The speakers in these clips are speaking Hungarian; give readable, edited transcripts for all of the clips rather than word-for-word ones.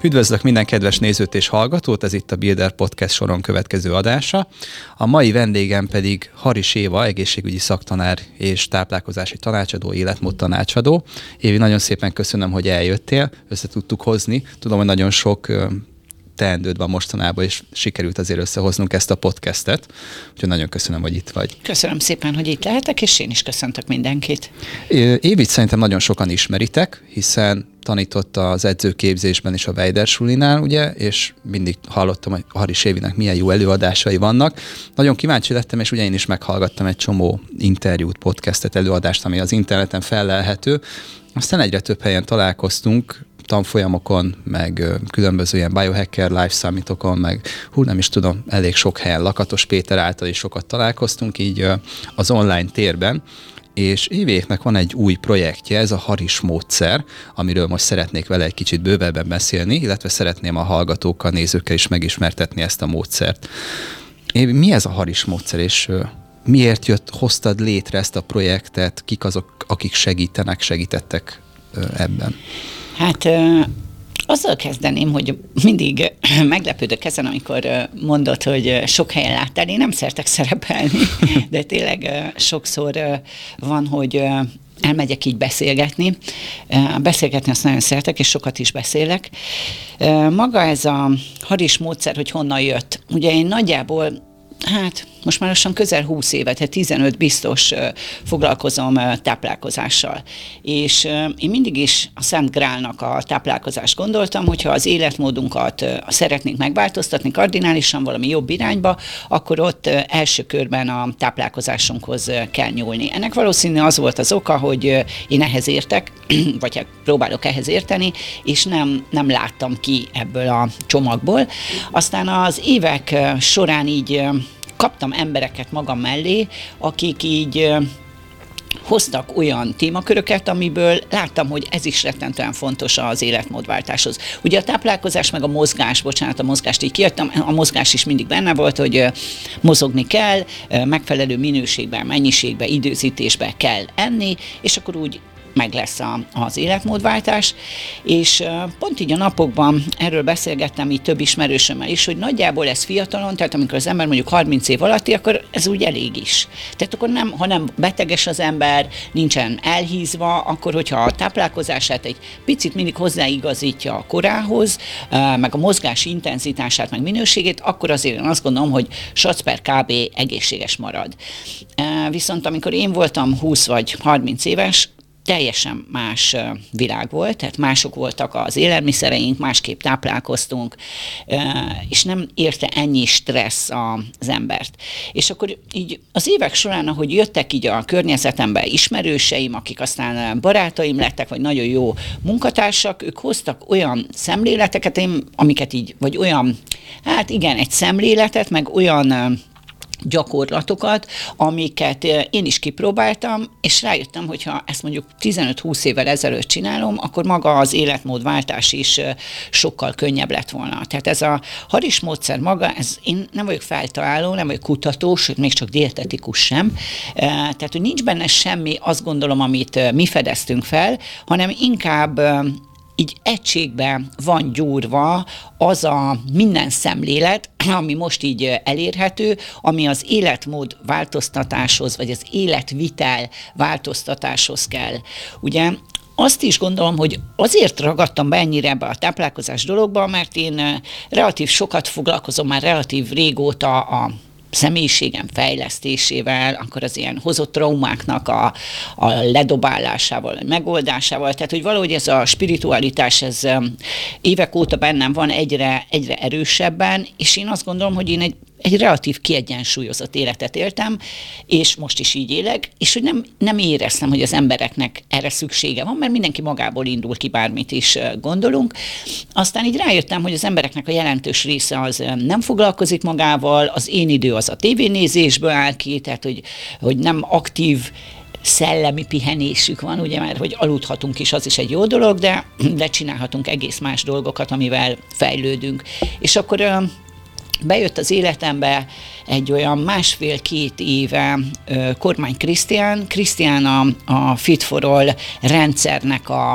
Üdvözlök minden kedves nézőt és hallgatót, ez itt a Builder Podcast soron következő adása. A mai vendégem pedig Haris Éva, egészségügyi szaktanár és táplálkozási tanácsadó, életmód tanácsadó. Évi, nagyon szépen köszönöm, hogy eljöttél, össze tudtuk hozni. Tudom, hogy nagyon sok teendőd van mostanában, és sikerült azért összehoznunk ezt a podcastet. Úgyhogy nagyon köszönöm, hogy itt vagy. Köszönöm szépen, hogy itt lehetek, és én is köszöntök mindenkit. Évit szerintem nagyon sokan ismeritek, hiszen tanított az edzőképzésben is a Weider Sulinál, ugye, és mindig hallottam, hogy Haris Évinek milyen jó előadásai vannak. Nagyon kíváncsi lettem, és ugye én is meghallgattam egy csomó interjút, podcastet, előadást, ami az interneten fellelhető. Aztán egyre több helyen találkoztunk, tanfolyamokon, meg különböző ilyen biohacker live summitokon, meg nem is tudom, elég sok helyen Lakatos Péter által is sokat találkoztunk így az online térben, és Évéknek van egy új projektje, ez a Haris módszer, amiről most szeretnék vele egy kicsit bővebben beszélni, illetve szeretném a hallgatókkal, nézőkkel is megismertetni ezt a módszert. Évi, mi ez a Haris módszer, és miért hoztad létre ezt a projektet, kik azok, akik segítettek ebben? Hát azzal kezdeném, hogy mindig meglepődök ezen, amikor mondod, hogy sok helyen láttál. Én nem szeretek szerepelni, de tényleg sokszor van, hogy elmegyek így beszélgetni. Beszélgetni azt nagyon szeretek, és sokat is beszélek. Maga ez a Haris módszer, hogy honnan jött. Ugye én nagyjából most már lassan közel 20 évet, tehát 15 biztos foglalkozom táplálkozással. És én mindig is a Szent Grálnak a táplálkozást gondoltam, hogyha az életmódunkat szeretnénk megváltoztatni kardinálisan valami jobb irányba, akkor ott első körben a táplálkozásunkhoz kell nyúlni. Ennek valószínű az volt az oka, hogy én ehhez értek, vagy próbálok ehhez érteni, és nem láttam ki ebből a csomagból. Aztán az évek során így kaptam embereket magam mellé, akik így hoztak olyan témaköröket, amiből láttam, hogy ez is rettentően fontos az életmódváltáshoz. Ugye a táplálkozás meg a mozgás, a mozgást így kiadtam, a mozgás is mindig benne volt, hogy mozogni kell, megfelelő minőségben, mennyiségben, időzítésben kell enni, és akkor úgy meg lesz az életmódváltás, és pont így a napokban erről beszélgettem így több ismerősömmel is, hogy nagyjából ez fiatalon, tehát amikor az ember mondjuk 30 év alatti, akkor ez úgy elég is. Tehát akkor ha nem beteges az ember, nincsen elhízva, akkor hogyha a táplálkozását egy picit mindig hozzáigazítja a korához, meg a mozgás intenzitását, meg minőségét, akkor azért én azt gondolom, hogy sac per kb. Egészséges marad. Viszont amikor én voltam 20 vagy 30 éves, teljesen más világ volt, tehát mások voltak az élelmiszereink, másképp táplálkoztunk, és nem érte ennyi stressz az embert. És akkor így az évek során, ahogy jöttek így a környezetembe ismerőseim, akik aztán barátaim lettek, vagy nagyon jó munkatársak, ők hoztak olyan szemléleteket, amiket így, vagy olyan, egy szemléletet, meg olyan gyakorlatokat, amiket én is kipróbáltam, és rájöttem, hogyha ezt mondjuk 15-20 évvel ezelőtt csinálom, akkor maga az életmódváltás is sokkal könnyebb lett volna. Tehát ez a Haris módszer maga, én nem vagyok feltaláló, nem vagyok kutató, sőt, még csak dietetikus sem. Tehát, hogy nincs benne semmi, azt gondolom, amit mi fedeztünk fel, hanem inkább így egységben van gyúrva az a minden szemlélet, ami most így elérhető, ami az életmód változtatáshoz, vagy az életvitel változtatáshoz kell. Ugye azt is gondolom, hogy azért ragadtam be ennyire ebbe a táplálkozás dologba, mert én relatív sokat foglalkozom már relatív régóta a személyiségem fejlesztésével, akkor az ilyen hozott traumáknak a ledobálásával, a megoldásával, tehát hogy valahogy ez a spiritualitás, ez évek óta bennem van egyre erősebben, és én azt gondolom, hogy én egy relatív kiegyensúlyozott életet éltem, és most is így élek, és hogy nem éreztem, hogy az embereknek erre szüksége van, mert mindenki magából indul ki, bármit is gondolunk. Aztán így rájöttem, hogy az embereknek a jelentős része az nem foglalkozik magával, az én idő az a tévénézésből áll ki, tehát hogy nem aktív szellemi pihenésük van, ugye, mert hogy aludhatunk is, az is egy jó dolog, de csinálhatunk egész más dolgokat, amivel fejlődünk. És akkor bejött az életembe egy olyan 1,5-2 éve Kormány Krisztián a Fit for All rendszernek a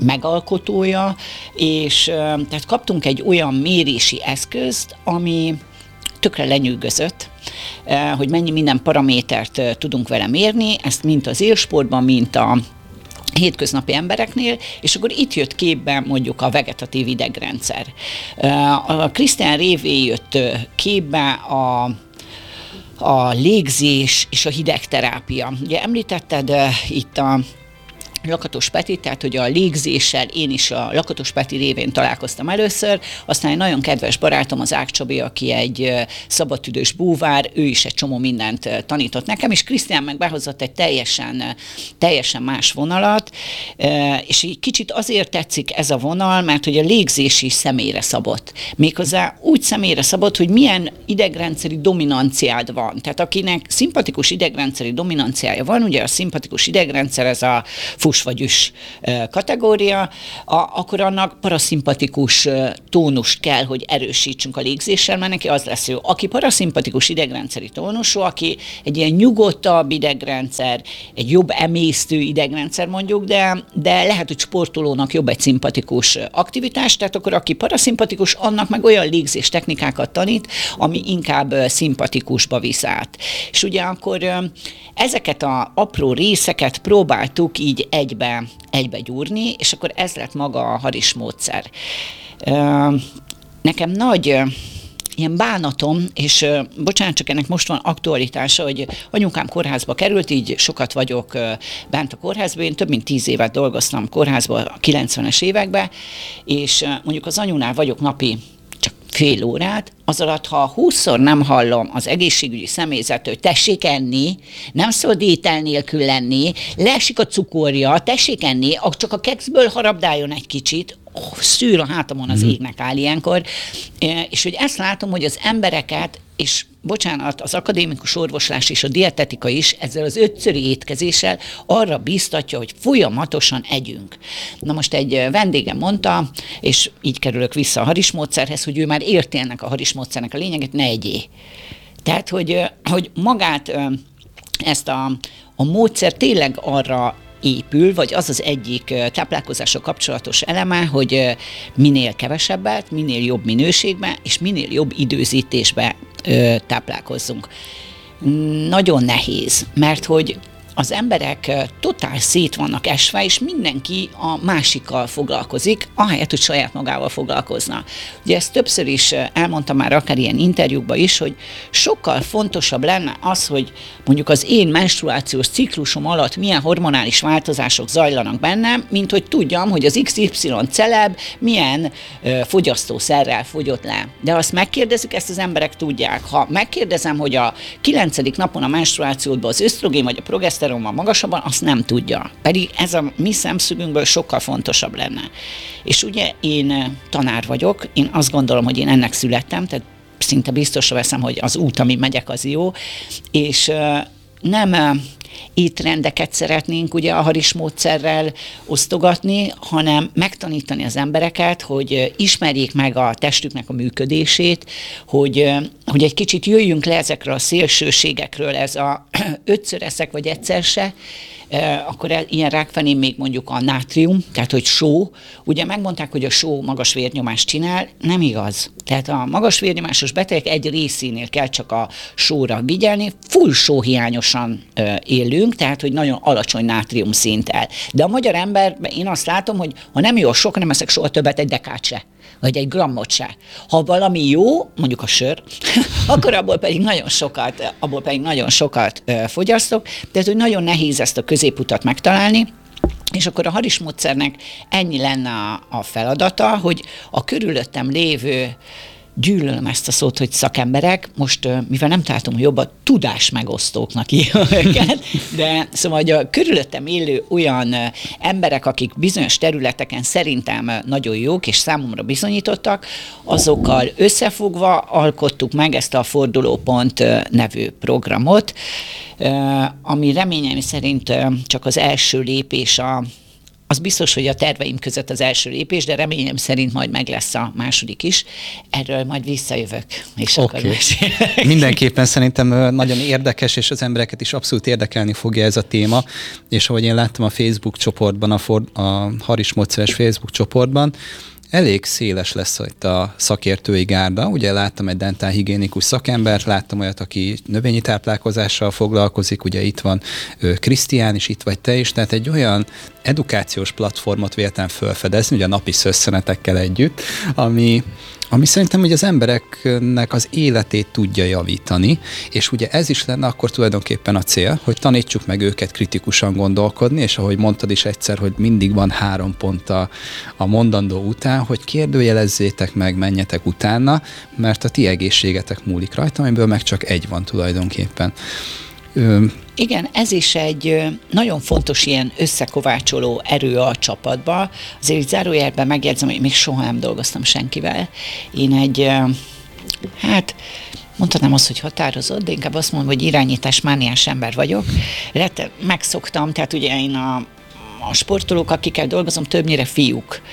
megalkotója, és tehát kaptunk egy olyan mérési eszközt, ami tökre lenyűgözött, hogy mennyi minden paramétert tudunk vele mérni, ezt mint az élsportban, mint a hétköznapi embereknél, és akkor itt jött képbe mondjuk a vegetatív idegrendszer. A Christian révén jött képbe a légzés és a hidegterápia. Ugye említetted itt a Lakatos Petit, tehát hogy a légzéssel én is a Lakatos Peti révén találkoztam először, aztán egy nagyon kedves barátom, az Ág Csabi, aki egy szabadtüdős búvár, ő is egy csomó mindent tanított nekem, és Krisztián meg behozott egy teljesen más vonalat, és így kicsit azért tetszik ez a vonal, mert hogy a légzés is személyre szabott. Méghozzá úgy személyre szabott, hogy milyen idegrendszeri dominanciád van. Tehát akinek szimpatikus idegrendszeri dominanciája van, ugye a szimpatikus idegrendszer, ez a fus vagy üs kategória, akkor annak paraszimpatikus tónust kell, hogy erősítsünk a légzéssel, mert neki az lesz jó. Aki paraszimpatikus idegrendszeri tónusú, aki egy ilyen nyugodtabb idegrendszer, egy jobb emésztő idegrendszer mondjuk, de lehet, hogy sportolónak jobb egy szimpatikus aktivitás, tehát akkor aki paraszimpatikus, annak meg olyan légzés technikákat tanít, ami inkább szimpatikusba visz át. És ugye akkor ezeket az apró részeket próbáltuk így egybe gyúrni, és akkor ez lett maga a Haris módszer. Nekem nagy ilyen bánatom, és bocsánat, csak ennek most van aktualitása, hogy anyukám kórházba került, így sokat vagyok bent a kórházban, én több mint 10 évet dolgoztam kórházban a 90-es években, és mondjuk az anyunál vagyok napi csak fél órát, az alatt, ha 20-szor nem hallom az egészségügyi személyzet, hogy tessék enni, nem szabad étel nélkül lenni, leesik a cukorja, tessék enni, csak a kekszből harabdáljon egy kicsit, szűr a hátamon az égnek áll ilyenkor, és hogy ezt látom, hogy az embereket, és bocsánat, az akadémikus orvoslás és a dietetika is ezzel az 5-szöri étkezéssel arra bíztatja, hogy folyamatosan együnk. Na most egy vendégem mondta, és így kerülök vissza a Haris módszerhez, hogy ő már érti ennek a Haris módszernek a lényeget, ne egyé. Tehát, hogy magát ezt a módszer tényleg arra épül, vagy az az egyik táplálkozással kapcsolatos eleme, hogy minél kevesebbet, minél jobb minőségben, és minél jobb időzítésben táplálkozzunk. Nagyon nehéz, mert hogy az emberek totál szét vannak esve, és mindenki a másikkal foglalkozik, ahelyett, hogy saját magával foglalkozna. Ugye ezt többször is elmondtam már akár ilyen interjúkban is, hogy sokkal fontosabb lenne az, hogy mondjuk az én menstruációs ciklusom alatt milyen hormonális változások zajlanak bennem, mint hogy tudjam, hogy az XY celeb milyen fogyasztószerrel fogyott le. De azt megkérdezzük, ezt az emberek tudják. Ha megkérdezem, hogy a 9. napon a menstruációdban az ösztrogén vagy a progeszteron van magasabban, azt nem tudja. Pedig ez a mi szemszögünkből sokkal fontosabb lenne. És ugye én tanár vagyok, én azt gondolom, hogy én ennek születtem, tehát szinte biztosra veszem, hogy az út, ami megyek, az jó, és nem étrendeket szeretnénk ugye a Haris módszerrel osztogatni, hanem megtanítani az embereket, hogy ismerjék meg a testüknek a működését, hogy egy kicsit jöjjünk le ezekről a szélsőségekről, ez a 5-ször eszek vagy egyszer se, akkor ilyen rákfenén még mondjuk a nátrium, tehát hogy só. Ugye megmondták, hogy a só magas vérnyomást csinál, nem igaz. Tehát a magas vérnyomásos betegek egy részénél kell csak a sóra vigyelni, full sóhiányosan élünk, tehát hogy nagyon alacsony nátrium szinttel. De a magyar emberben én azt látom, hogy ha nem jó a sok, nem eszek soha többet, egy dekát se, vagy egy grammot se. Ha valami jó, mondjuk a sör, akkor abból pedig nagyon sokat fogyasztok, tehát hogy nagyon nehéz ezt a középutat megtalálni, és akkor a Haris módszernek ennyi lenne a feladata, hogy a körülöttem lévő, gyűlölöm ezt a szót, hogy szakemberek, most mivel nem találtam jobban, tudásmegosztóknak hívom őket, de szóval hogy a körülöttem élő olyan emberek, akik bizonyos területeken szerintem nagyon jók, és számomra bizonyítottak, azokkal összefogva alkottuk meg ezt a Fordulópont nevű programot, ami reményeim szerint csak az első lépés az biztos, hogy a terveim között az első lépés, de reményem szerint majd meg lesz a második is. Erről majd visszajövök, és akkor mesélek. Mindenképpen szerintem nagyon érdekes, és az embereket is abszolút érdekelni fogja ez a téma, és ahogy én láttam a Facebook csoportban, a Haris Módszeres Facebook csoportban, elég széles lesz itt a szakértői gárda. Ugye láttam egy dentálhigiénikus szakembert, láttam olyat, aki növényi táplálkozással foglalkozik, ugye itt van Krisztián is, itt vagy te is, tehát egy olyan edukációs platformot véltem felfedezni, ugye a napi szösszenetekkel együtt, ami szerintem ugye az embereknek az életét tudja javítani, és ugye ez is lenne akkor tulajdonképpen a cél, hogy tanítsuk meg őket kritikusan gondolkodni, és ahogy mondtad is egyszer, hogy mindig van 3 pont a mondandó után, hogy kérdőjelezzétek meg, menjetek utána, mert a ti egészségetek múlik rajta, amiből meg csak egy van tulajdonképpen. Igen, ez is egy nagyon fontos ilyen összekovácsoló erő a csapatba. Azért itt zárójelben megjegyzem, hogy még soha nem dolgoztam senkivel. Én mondhatnám azt, hogy határozott, de inkább azt mondom, hogy irányításmániás ember vagyok. Megszoktam, tehát ugye én a sportolók, akikkel dolgozom, többnyire fiúk.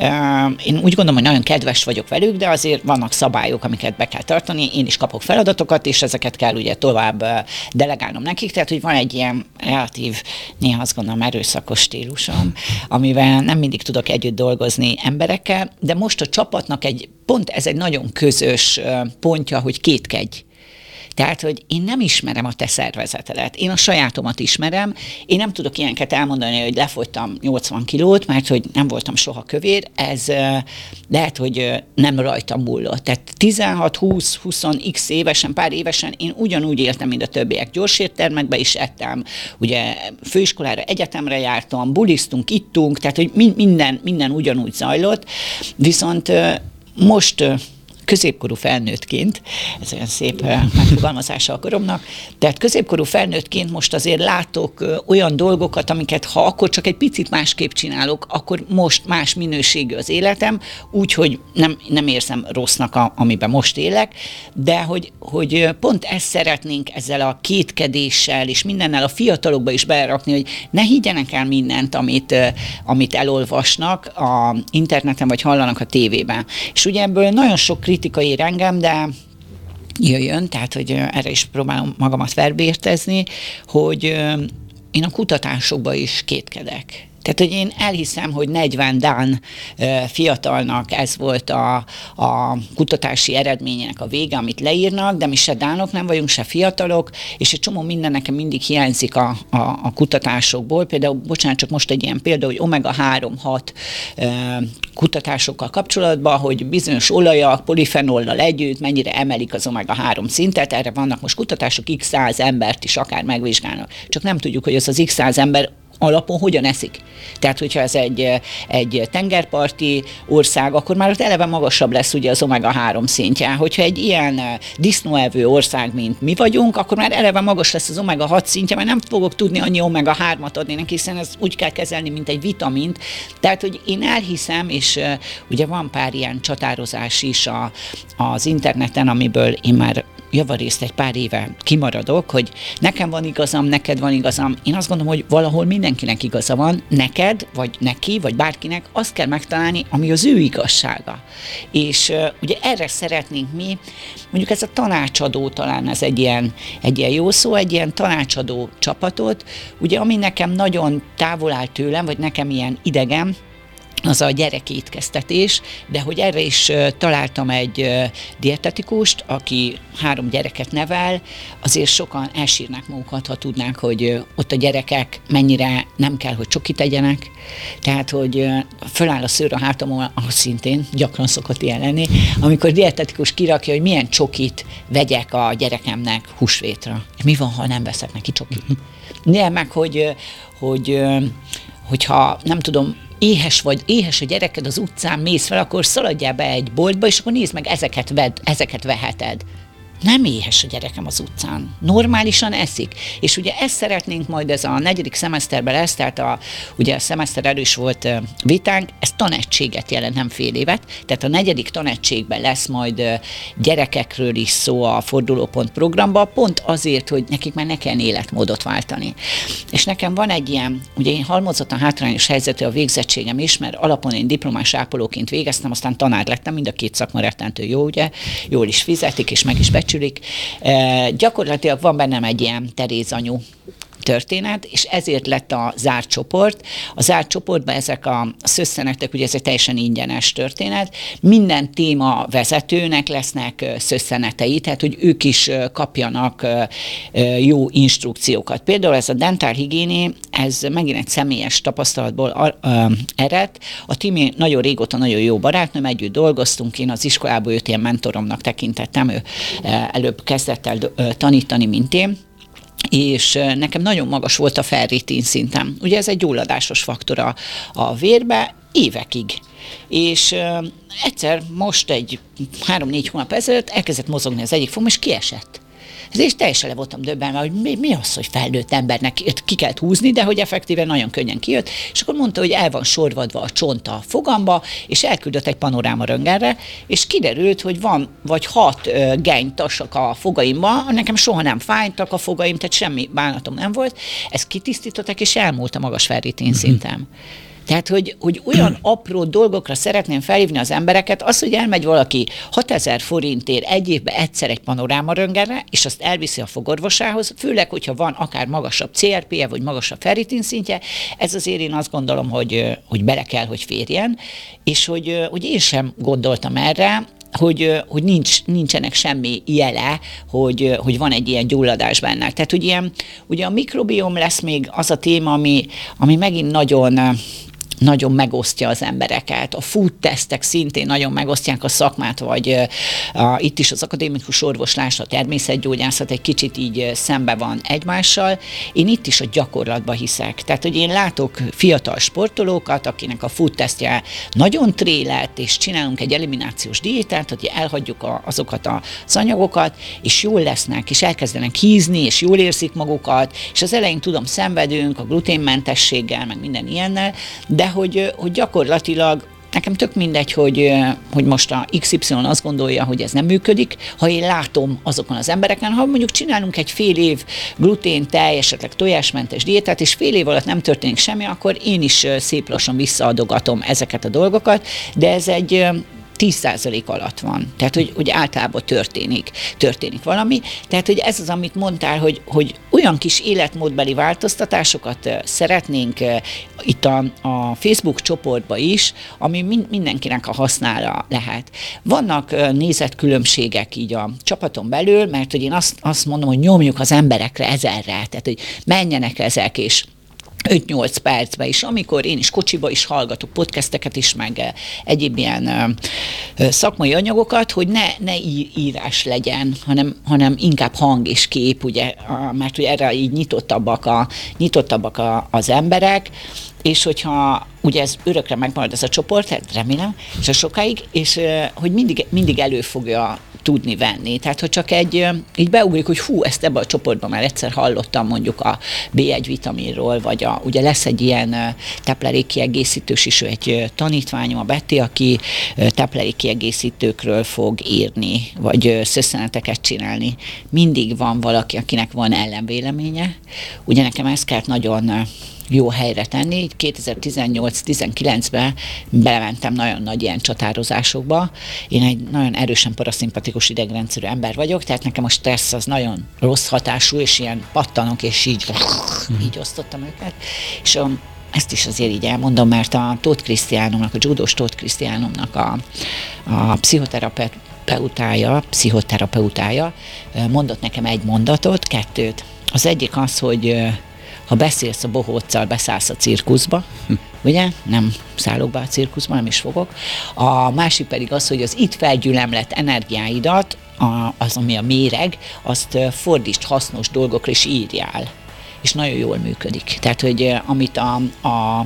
Én úgy gondolom, hogy nagyon kedves vagyok velük, de azért vannak szabályok, amiket be kell tartani. Én is kapok feladatokat, és ezeket kell ugye tovább delegálnom nekik, tehát hogy van egy ilyen relatív, néha azt gondolom erőszakos stílusom, amivel nem mindig tudok együtt dolgozni emberekkel, de most a csapatnak pont ez egy nagyon közös pontja, hogy kétkedj. Tehát, hogy én nem ismerem a te szervezetedet, én a sajátomat ismerem, én nem tudok ilyeneket elmondani, hogy lefogytam 80 kilót, mert hogy nem voltam soha kövér, ez lehet, hogy nem rajtam múlott. Tehát 16, 20, 20 x évesen, pár évesen én ugyanúgy éltem, mint a többiek. Gyorséttermekbe is ettem, ugye főiskolára, egyetemre jártam, bulisztunk, ittunk, tehát, hogy minden ugyanúgy zajlott, viszont most középkorú felnőttként, ez olyan szép megfogalmazása a koromnak, tehát középkorú felnőttként most azért látok olyan dolgokat, amiket ha akkor csak egy picit másképp csinálok, akkor most más minőségű az életem, úgyhogy nem érzem rossznak, amiben most élek, de hogy pont ezt szeretnénk ezzel a kétkedéssel és mindennel a fiatalokba is berakni, hogy ne higgyenek el mindent, amit elolvasnak a interneten, vagy hallanak a tévében. És ugye ebből nagyon sok kritika ér engem, de jöjjön, tehát hogy erre is próbálom magamat verbértezni, hogy én a kutatásokban is kétkedek. Tehát, hogy én elhiszem, hogy 40 dán fiatalnak ez volt a kutatási eredményének a vége, amit leírnak, de mi se dánok nem vagyunk, se fiatalok, és egy csomó minden nekem mindig hiányzik a kutatásokból. Például, bocsánat, csak most egy ilyen példa, hogy omega-3-6 kutatásokkal kapcsolatban, hogy bizonyos olajak polifenollal együtt mennyire emelik az omega-3 szintet, erre vannak most kutatások, x 100 embert is akár megvizsgálnak. Csak nem tudjuk, hogy az x 100 ember alapon hogyan eszik. Tehát, hogyha ez egy tengerparti ország, akkor már ott eleve magasabb lesz ugye az omega-3 szintje. Hogyha egy ilyen disznóevő ország, mint mi vagyunk, akkor már eleve magas lesz az omega-6 szintje, mert nem fogok tudni annyi omega-3-at adni neki, hiszen ez úgy kell kezelni, mint egy vitamint. Tehát, hogy én elhiszem, és ugye van pár ilyen csatározás is az interneten, amiből én már javarészt egy pár éve kimaradok, hogy nekem van igazam, neked van igazam. Én azt gondolom, hogy valahol mindenkinek igaza van, neked, vagy neki, vagy bárkinek azt kell megtalálni, ami az ő igazsága. És ugye erre szeretnénk mi, mondjuk ez a tanácsadó, talán ez egy ilyen jó szó, egy ilyen tanácsadó csapatot, ugye ami nekem nagyon távol áll tőlem, vagy nekem ilyen idegen, az a gyerekétkeztetés, de hogy erre is találtam egy dietetikust, aki 3 gyereket nevel, azért sokan elsírnák magukat, ha tudnánk, hogy ott a gyerekek mennyire nem kell, hogy csokit tegyenek, tehát, hogy föláll a szőr a hátamon, ahol szintén gyakran szokott ilyen lenni, amikor dietetikus kirakja, hogy milyen csokit vegyek a gyerekemnek húsvétra. Mi van, ha nem veszek neki csokit? De meg, hogyha nem tudom, éhes a gyereked az utcán, mész fel, akkor szaladjál be egy boltba, és akkor nézd meg, ezeket veheted. Nem éhes a gyerekem az utcán. Normálisan eszik. És ugye ezt szeretnénk majd, ez a 4. szemeszterben lesz, tehát ugye a szemeszter erős volt vitánk, ez tanegységet jelent, nem fél évet. Tehát a 4. tanegységben lesz majd gyerekekről is szó a Fordulópont programban, pont azért, hogy nekik már ne kell életmódot váltani. És nekem van egy ilyen, ugye én halmozottan hátrányos helyzetű a végzettségem is, mert alapon én diplomás ápolóként végeztem, aztán tanár lettem, mind a két szakma rettentő jó, ugye, jól is fizetik, és meg is becsülik. Gyakorlatilag van bennem egy ilyen Teréz anyu történet, és ezért lett a zárt csoport. A zárt csoportban ezek a szösszenetek, ugye ez egy teljesen ingyenes történet, minden téma vezetőnek lesznek szösszenetei, tehát hogy ők is kapjanak jó instrukciókat. Például ez a dentálhigiéni, ez megint egy személyes tapasztalatból ered. A Timi nagyon régóta nagyon jó barátnőm, együtt dolgoztunk, én az iskolából őt ilyen mentoromnak tekintettem, ő előbb kezdett el tanítani, mint én, és nekem nagyon magas volt a ferritin szintem. Ugye ez egy gyulladásos faktor a vérbe évekig. És egyszer most egy 3-4 hónap ezelőtt elkezdett mozogni az egyik fogam, és kiesett. És teljesen le voltam döbbenve, hogy mi az, hogy felnőtt embernek ki kellett húzni, de hogy effektíve nagyon könnyen kijött, és akkor mondta, hogy el van sorvadva a csont a fogamba, és elküldött egy panoráma röntgenre, és kiderült, hogy van vagy 6 genytasak a fogaimban, nekem soha nem fájtak a fogaim, tehát semmi bánatom nem volt, ezt kitisztították, és elmúlt a magas ferritin szintem. Tehát, hogy olyan apró dolgokra szeretném felhívni az embereket, az, hogy elmegy valaki 6000 forintért egy évben egyszer egy panoráma röntgenre, és azt elviszi a fogorvosához, főleg, hogyha van akár magasabb CRP-je, vagy magasabb ferritin szintje, ez azért én azt gondolom, hogy bele kell, hogy férjen, és hogy én sem gondoltam erre, hogy nincsenek semmi jele, hogy van egy ilyen gyulladás benne. Tehát, hogy ilyen, ugye a mikrobiom lesz még az a téma, ami megint nagyon megosztja az embereket. A food tesztek szintén nagyon megosztják a szakmát, vagy itt is az akadémikus orvoslás, a természetgyógyászat egy kicsit így szembe van egymással. Én itt is a gyakorlatban hiszek. Tehát, hogy én látok fiatal sportolókat, akinek a food tesztje nagyon trélett, és csinálunk egy eliminációs diétát, hogy elhagyjuk azokat az anyagokat, és jól lesznek, és elkezdenek hízni, és jól érzik magukat, és az elején tudom, szenvedünk a gluténmentességgel, meg minden ilyennel, de hogy gyakorlatilag nekem tök mindegy, hogy most a XY azt gondolja, hogy ez nem működik, ha én látom azokon az embereken, ha mondjuk csinálunk egy fél év glutén, tej, esetleg tojásmentes diétát, és fél év alatt nem történik semmi, akkor én is szép lassan visszaadogatom ezeket a dolgokat, de ez egy 10% alatt van. Tehát, hogy általában történik valami. Tehát, hogy ez az, amit mondtál, hogy olyan kis életmódbeli változtatásokat szeretnénk itt a Facebook csoportban is, ami mindenkinek a hasznára lehet. Vannak nézetkülönbségek így a csapaton belül, mert hogy én azt mondom, hogy nyomjuk az emberekre ezerre, tehát, hogy menjenek ezek, és 5-8 percben is, amikor én is kocsiba is hallgatok podcasteket is, meg egyéb ilyen szakmai anyagokat, hogy ne írás legyen, hanem inkább hang és kép, ugye, mert ugye erre így nyitottabbak az emberek, és hogyha ugye ez örökre megmarad ez a csoport, hát remélem, és sokáig, és hogy mindig elő fogja tudni venni. Tehát, hogy csak így beugrik, hogy ezt ebbe a csoportban már egyszer hallottam mondjuk a B1 vitaminról, vagy ugye lesz egy ilyen táplálékkiegészítős is, egy tanítványom, a Betty, aki táplálékkiegészítőkről fog írni, vagy szösszeneteket csinálni. Mindig van valaki, akinek van ellenvéleménye. Ugye nekem ezt kellett nagyon jó helyre tenni. 2018-19-ben belementem nagyon nagy ilyen csatározásokba. Én egy nagyon erősen paraszimpatikus idegrendszerű ember vagyok, tehát nekem a stressz az nagyon rossz hatású, és ilyen pattanok, és így osztottam őket. És ezt is azért így elmondom, mert a Tóth Krisztiánomnak, a judós Tóth Krisztiánomnak a pszichoterapeutája mondott nekem egy mondatot, 2. Az egyik az, hogy ha beszélsz a bohóccal, beszállsz a cirkuszba, ugye? Nem szállok be a cirkuszba, nem is fogok. A másik pedig az, hogy az itt felgyülemlett energiáidat, az, ami a méreg, azt fordítsd hasznos dolgokra, és írjál. És nagyon jól működik. Tehát, hogy amit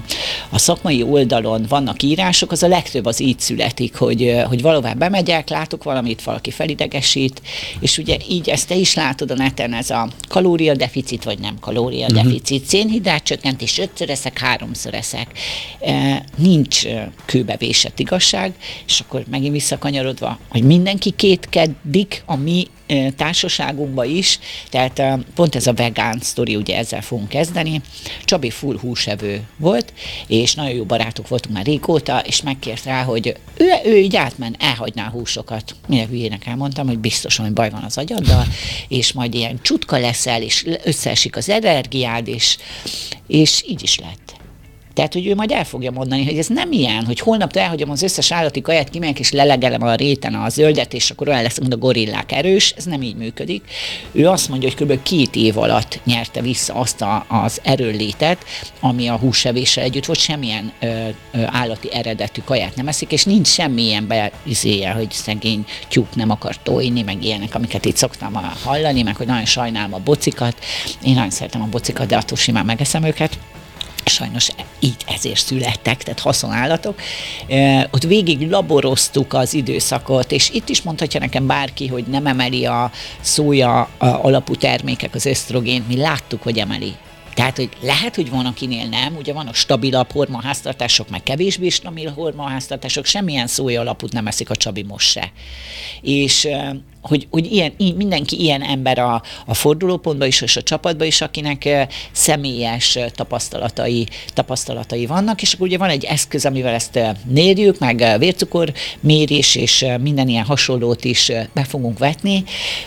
a szakmai oldalon vannak írások, az a legtöbb az így születik, hogy valahová bemegyek, látok valamit, valaki felidegesít, és ugye így ezt te is látod a neten, ez a kalóriadeficit, vagy nem kalóriadeficit, szénhidrátcsökkentés, 5-ször eszek, 3-szor eszek. Nincs kőbevésett igazság, és akkor megint visszakanyarodva, hogy mindenki kétkedik a mi társaságunkba is, tehát pont ez a vegán sztori, ugye ezzel fogunk kezdeni. Csabi full húsevő volt, és nagyon jó barátok voltunk már régóta, és megkért rá, hogy ő így átmen, elhagyná a húsokat. Minden hülyének elmondtam, hogy biztos, hogy baj van az agyaddal, és majd ilyen csutka leszel, és összeesik az energiád, és így is lett. Tehát, hogy ő majd el fogja mondani, hogy ez nem ilyen, hogy holnaptól elhagyom az összes állati kaját, kimegyek és lelegelem a réten a zöldet, és akkor olyan lesz, mint a gorillák erős, ez nem így működik. Ő azt mondja, hogy kb. 2 év alatt nyerte vissza azt az erőnlétet, ami a húsevéssel együtt volt, semmilyen állati eredetű kaját nem eszik, és nincs semmilyen beizéje, hogy szegény tyúk nem akar tojni, meg ilyenek, amiket itt szoktam hallani, meg hogy nagyon sajnálom a bocikat. Én nagyon szeretem a bocikat, de attól simán megeszem őket. Sajnos így ezért születtek, tehát haszonállatok. Ott végig laboroztuk az időszakot, és itt is mondhatja nekem bárki, hogy nem emeli a szója alapú termékek az ösztrogént, mi láttuk, hogy emeli. Tehát, hogy lehet, hogy van, akinél nem, ugye vannak stabilabb hormonháztartások, meg kevésbé stabil hormonháztartások, semmilyen szója alapút nem eszik a Csabi most se. És hogy mindenki ilyen ember a fordulópontban is, és a csapatban is, akinek személyes tapasztalatai vannak, és akkor ugye van egy eszköz, amivel ezt mérjük, meg vércukormérés, és minden ilyen hasonlót is be fogunk vetni.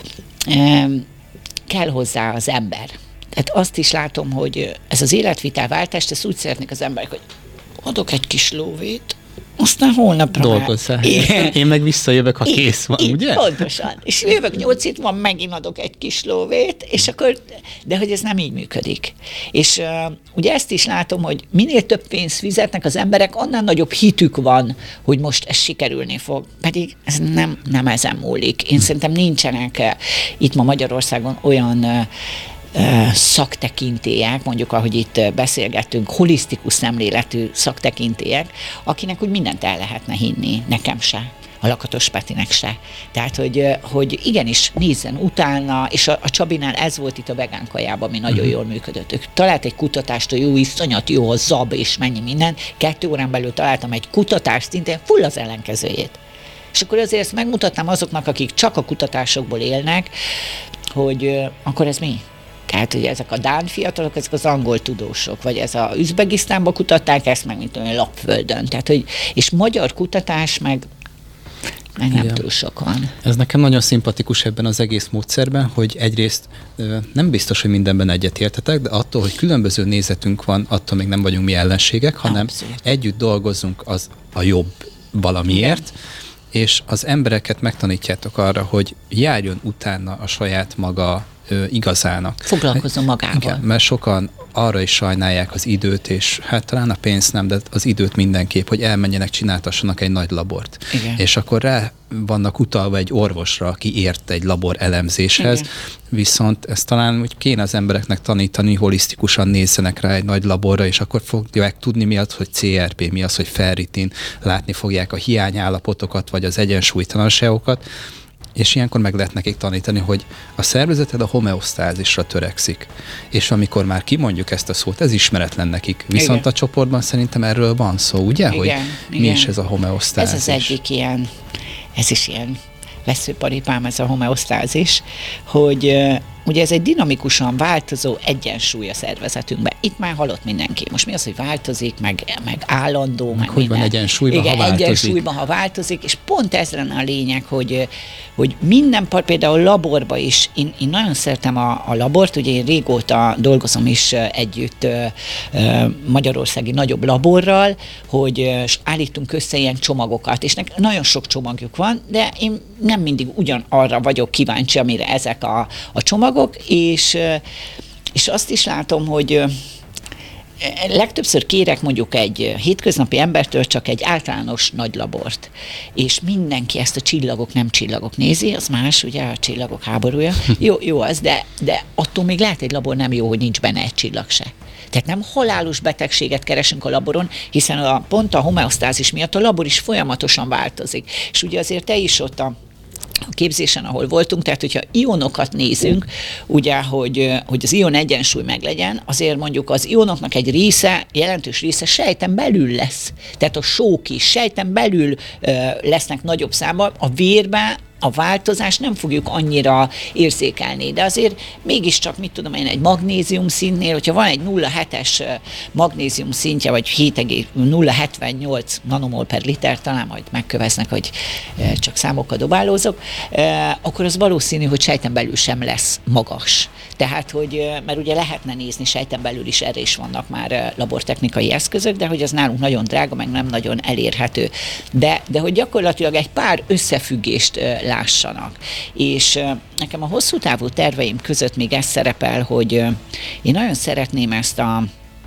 Kell hozzá az ember. Tehát azt is látom, hogy ez az életvitelváltást, ezt úgy szeretnék az emberek, hogy adok egy kis lóvét, aztán holnapra dolgozzál. Én meg visszajövök, ha kész van, ugye? Pontosan. És jövök 8 hét van, megint adok egy kis lóvét, és akkor, de hogy ez nem így működik. És ugye ezt is látom, hogy minél több pénzt fizetnek az emberek, annál nagyobb hitük van, hogy most ez sikerülni fog. Pedig ez nem ezen múlik. Én szerintem nincsenek itt ma Magyarországon olyan szaktekintélyek, mondjuk ahogy itt beszélgettünk, holisztikus szemléletű szaktekintélyek, akinek úgy mindent el lehetne hinni, nekem se, a Lakatos Petinek se. Tehát, hogy igenis nézzen utána, és a Csabinál ez volt itt a vegán kajában, ami nagyon jól működött. Ők talált egy kutatást, hogy jó, iszonyat jó a zab, és mennyi minden. 2 órán belül találtam egy kutatást, szintén full az ellenkezőjét. És akkor azért ezt megmutatnám azoknak, akik csak a kutatásokból élnek, hogy akkor ez mi? Tehát, hogy ezek a dán fiatalok, ezek az angol tudósok, vagy ez a Üzbegisztánba kutatták ezt, meg mint olyan Lapföldön. Tehát, hogy, és magyar kutatás meg nem túl sok van. Ez nekem nagyon szimpatikus ebben az egész módszerben, hogy egyrészt nem biztos, hogy mindenben egyetértetek, de attól, hogy különböző nézetünk van, attól még nem vagyunk mi ellenségek, hanem együtt dolgozunk az a jobb valamiért, és az embereket megtanítjátok arra, hogy járjon utána a saját maga igazának. Foglalkozom magával. Igen, mert sokan arra is sajnálják az időt, és hát talán a pénzt nem, de az időt mindenképp, hogy elmenjenek, csináltassanak egy nagy labort. Igen. És akkor rá vannak utalva egy orvosra, aki ért egy labor elemzéshez, igen. Viszont ezt talán úgy kéne az embereknek tanítani, holisztikusan nézzenek rá egy nagy laborra, és akkor fogják tudni, mi az, hogy CRP, mi az, hogy ferritin, látni fogják a hiányállapotokat, vagy az egyensúlytalanságokat, és ilyenkor meg lehet nekik tanítani, hogy a szervezeted a homeosztázisra törekszik. És amikor már kimondjuk ezt a szót, ez ismeretlen nekik. Viszont igen. A csoportban szerintem erről van szó, ugye? Igen, hogy igen. Mi is ez a homeosztázis? Ez az egyik ilyen, ez is ilyen veszőparipám, ez a homeosztázis, hogy ugye ez egy dinamikusan változó egyensúly a szervezetünkben. Itt már halott mindenki. Most mi az, hogy változik, meg állandó, meg hogy minden. Van egyensúlyban, igen, ha változik. Egyensúlyban, ha változik, és pont ez lenne a lényeg, hogy minden például laborban is, én nagyon szeretem a labort, ugye én régóta dolgozom is együtt magyarországi nagyobb laborral, hogy állítunk össze ilyen csomagokat, és nagyon sok csomagjuk van, de én nem mindig ugyanarra vagyok kíváncsi, amire ezek a csomagok, és azt is látom, hogy legtöbbször kérek mondjuk egy hétköznapi embertől csak egy általános nagy labort, és mindenki ezt a csillagok, nem csillagok nézi, az más, ugye a csillagok háborúja. Jó az, de attól még lehet egy labor nem jó, hogy nincs benne egy csillag se. Tehát nem halálos betegséget keresünk a laboron, hiszen pont a homeosztázis miatt a labor is folyamatosan változik. És ugye azért te is ott a képzésen, ahol voltunk, tehát hogyha ionokat nézünk, ugye, hogy az ion egyensúly meglegyen, azért mondjuk az ionoknak egy része, jelentős része sejten belül lesz. Tehát a sók is sejten belül lesznek nagyobb számban, a vérben a változást nem fogjuk annyira érzékelni, de azért mégiscsak, mit tudom én, egy magnézium szintnél, hogyha van egy 0,7-es magnézium szintje, vagy 0,78 nanomol per liter, talán majd megköveznek, hogy csak számokkal dobálózok, akkor az valószínű, hogy sejten belül sem lesz magas. Tehát, hogy, mert ugye lehetne nézni sejten belül is, erre is vannak már labortechnikai eszközök, de hogy az nálunk nagyon drága, meg nem nagyon elérhető. De hogy gyakorlatilag egy pár összefüggést lássanak. És nekem a hosszú távú terveim között még ez szerepel, hogy én nagyon szeretném ezt a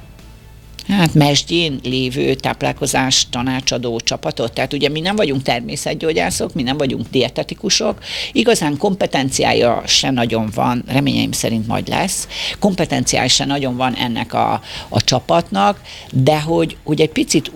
mesdjén lévő táplálkozás tanácsadó csapatot. Tehát ugye mi nem vagyunk természetgyógyászok, mi nem vagyunk dietetikusok, igazán kompetenciája se nagyon van, reményeim szerint majd lesz, kompetenciája se nagyon van ennek a csapatnak, de hogy egy picit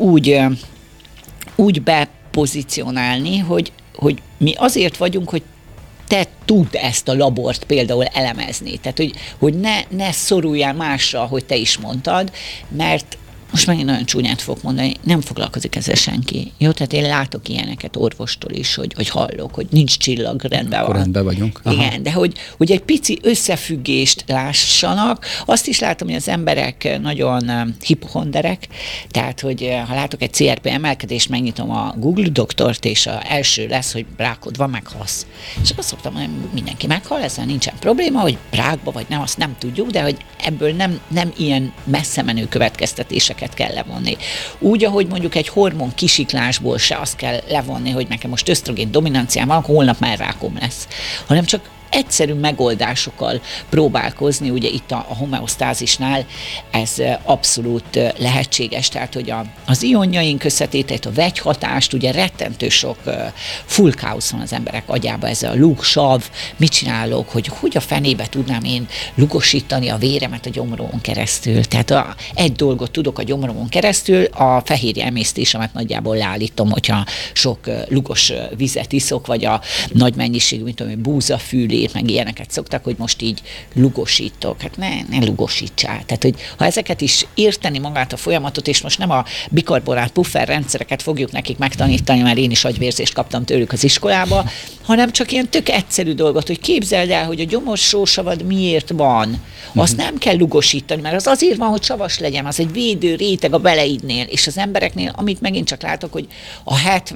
úgy bepozícionálni, hogy mi azért vagyunk, hogy te tudd ezt a labort például elemezni. Tehát, hogy ne szoruljál másra, hogy te is mondtad, mert most megint nagyon csúnyát fogok mondani, nem foglalkozik ezzel senki. Jó, tehát én látok ilyeneket orvostól is, hogy hallok, hogy nincs csillag, rendben van. Rendben vagyunk. Aha. Igen, de hogy egy pici összefüggést lássanak. Azt is látom, hogy az emberek nagyon hipochonderek, tehát, hogy ha látok egy CRP emelkedést, megnyitom a Google doktort, és az első lesz, hogy rákod van, meghalsz. És akkor szoktam mondani, mindenki meghal, ezzel nincsen probléma, hogy rákba vagy nem, azt nem tudjuk, de hogy ebből nem ilyen messze menő következtetések kell levonni. Úgy, ahogy mondjuk egy hormon kisiklásból se azt kell levonni, hogy nekem most ösztrogén dominanciám van, akkor holnap már rákom lesz, hanem csak egyszerű megoldásokkal próbálkozni, ugye itt a homeosztázisnál ez abszolút lehetséges, tehát hogy az ionjaink összetételét, a vegyhatást, ugye rettentő sok full káosz van az emberek agyába, ez a lúg, sav, mit csinálok, hogy a fenébe tudnám én lugosítani a véremet a gyomromon keresztül. Tehát egy dolgot tudok a gyomromon keresztül, a fehérje emésztésemet nagyjából leállítom, hogyha sok lugos vizet iszok, vagy a nagy mennyiségű, mint tudom, búzafűlé, meg ilyeneket szoktak, hogy most így lugosítok. Hát ne lugosítsál. Tehát, hogy ha ezeket is érteni magát a folyamatot, és most nem a bikarbonát puffer rendszereket fogjuk nekik megtanítani, mert én is agyvérzést kaptam tőlük az iskolába, hanem csak ilyen tök egyszerű dolgot, hogy képzeld el, hogy a gyomorsósavad miért van. Azt nem kell lugosítani, mert az azért van, hogy savas legyen, az egy védő réteg a beleidnél, és az embereknél, amit megint csak látok, hogy a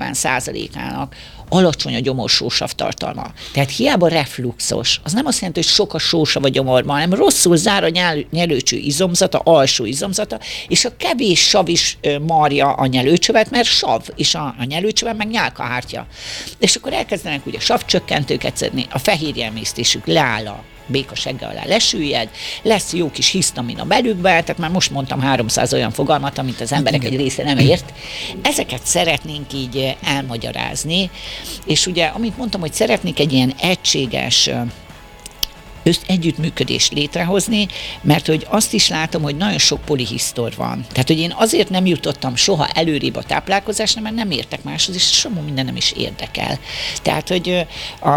70%-ának alacsony a gyomorsósav tartalma. Tehát hiába refluxos, az nem azt jelenti, hogy sok a sósav a gyomorban, hanem rosszul zár a nyelőcső izomzata, alsó izomzata, és a kevés sav is marja a nyelőcsövet, mert sav, és a nyelőcsövet meg nyálkahártya. És akkor elkezdenek ugye savcsökkentőket szedni, a fehérje emésztésük leáll a béka segge alá lesüllyed, lesz jó kis hisztamin a belükbe, tehát már most mondtam 300 olyan fogalmat, amit az emberek egy része nem ért. Ezeket szeretnénk így elmagyarázni, és ugye, amit mondtam, hogy szeretnék egy ilyen egységes együttműködést létrehozni, mert hogy azt is látom, hogy nagyon sok polihisztor van. Tehát, hogy én azért nem jutottam soha előrébb a táplálkozásnál, mert nem értek máshoz, és somó minden nem is érdekel. Tehát, hogy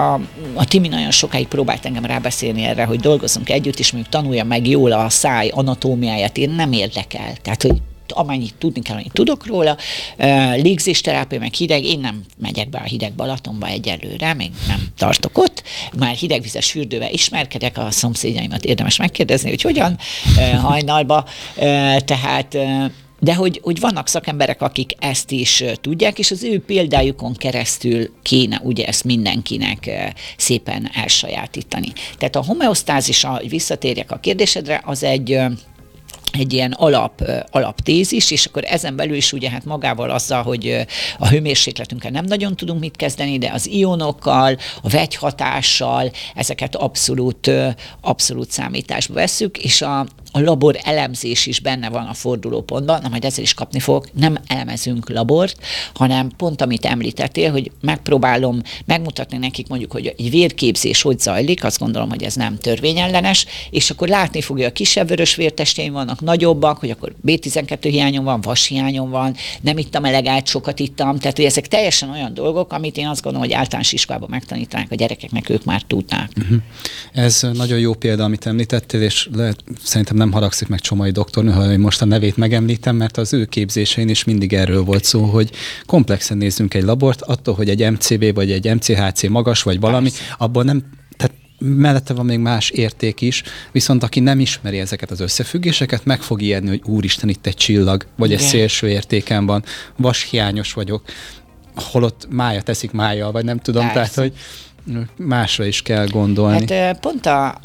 a Timi nagyon sokáig próbált engem rábeszélni erre, hogy dolgozzunk együtt, és mondjuk tanuljam meg jól a száj anatómiáját, én nem érdekel. Tehát, hogy amennyit tudni kell, annyit tudok róla. Légzésterápia, meg hideg, én nem megyek be a hideg Balatonba egyelőre, még nem tartok ott. Már hidegvizes fürdővel ismerkedek, a szomszédjaimat érdemes megkérdezni, hogy hogyan hajnalba. Tehát de hogy vannak szakemberek, akik ezt is tudják, és az ő példájukon keresztül kéne ugye ezt mindenkinek szépen elsajátítani. Tehát a homeosztázis, hogy visszatérjek a kérdésedre, az egy ilyen alaptézis, és akkor ezen belül is ugye hát magával azzal, hogy a hőmérsékletünkkel nem nagyon tudunk mit kezdeni, de az ionokkal, a vegyhatással ezeket abszolút számításba vesszük, és a labor elemzés is benne van a fordulópontban, na majd ezzel is kapni fogok, nem elemezünk labort, hanem pont amit említettél, hogy megpróbálom megmutatni nekik mondjuk, hogy egy vérképzés hogy zajlik, azt gondolom, hogy ez nem törvényellenes, és akkor látni fogja, a kisebb vörös vértestjeim vannak, nagyobbak, hogy akkor B12 hiányom van, vas hiányom van, nem ittam eleget, sokat ittam, tehát hogy ezek teljesen olyan dolgok, amit én azt gondolom, hogy általános iskolában megtanítanák a gyerekeknek, ők már tudnák. Ez nagyon jó példa, amit említettél, és szerintem nem haragszik meg Csomai doktornő, ha most a nevét megemlítem, mert az ő képzésein is mindig erről volt szó, hogy komplexen nézzünk egy labort, attól, hogy egy MCB vagy egy MCHC magas vagy valami, abból nem, tehát mellette van még más érték is, viszont aki nem ismeri ezeket az összefüggéseket, meg fog ijedni, hogy úristen, itt egy csillag, vagy egy szélső értéken van, vashiányos vagyok, holott mája teszik májjal, vagy nem tudom, tehát, hogy másra is kell gondolni. Hát pont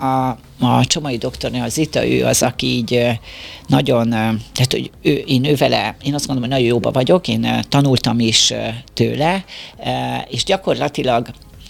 a Csomai doktornő, az Zita, ő az, aki így nagyon, tehát hogy én azt gondolom, hogy nagyon jóba vagyok, én tanultam is tőle, és gyakorlatilag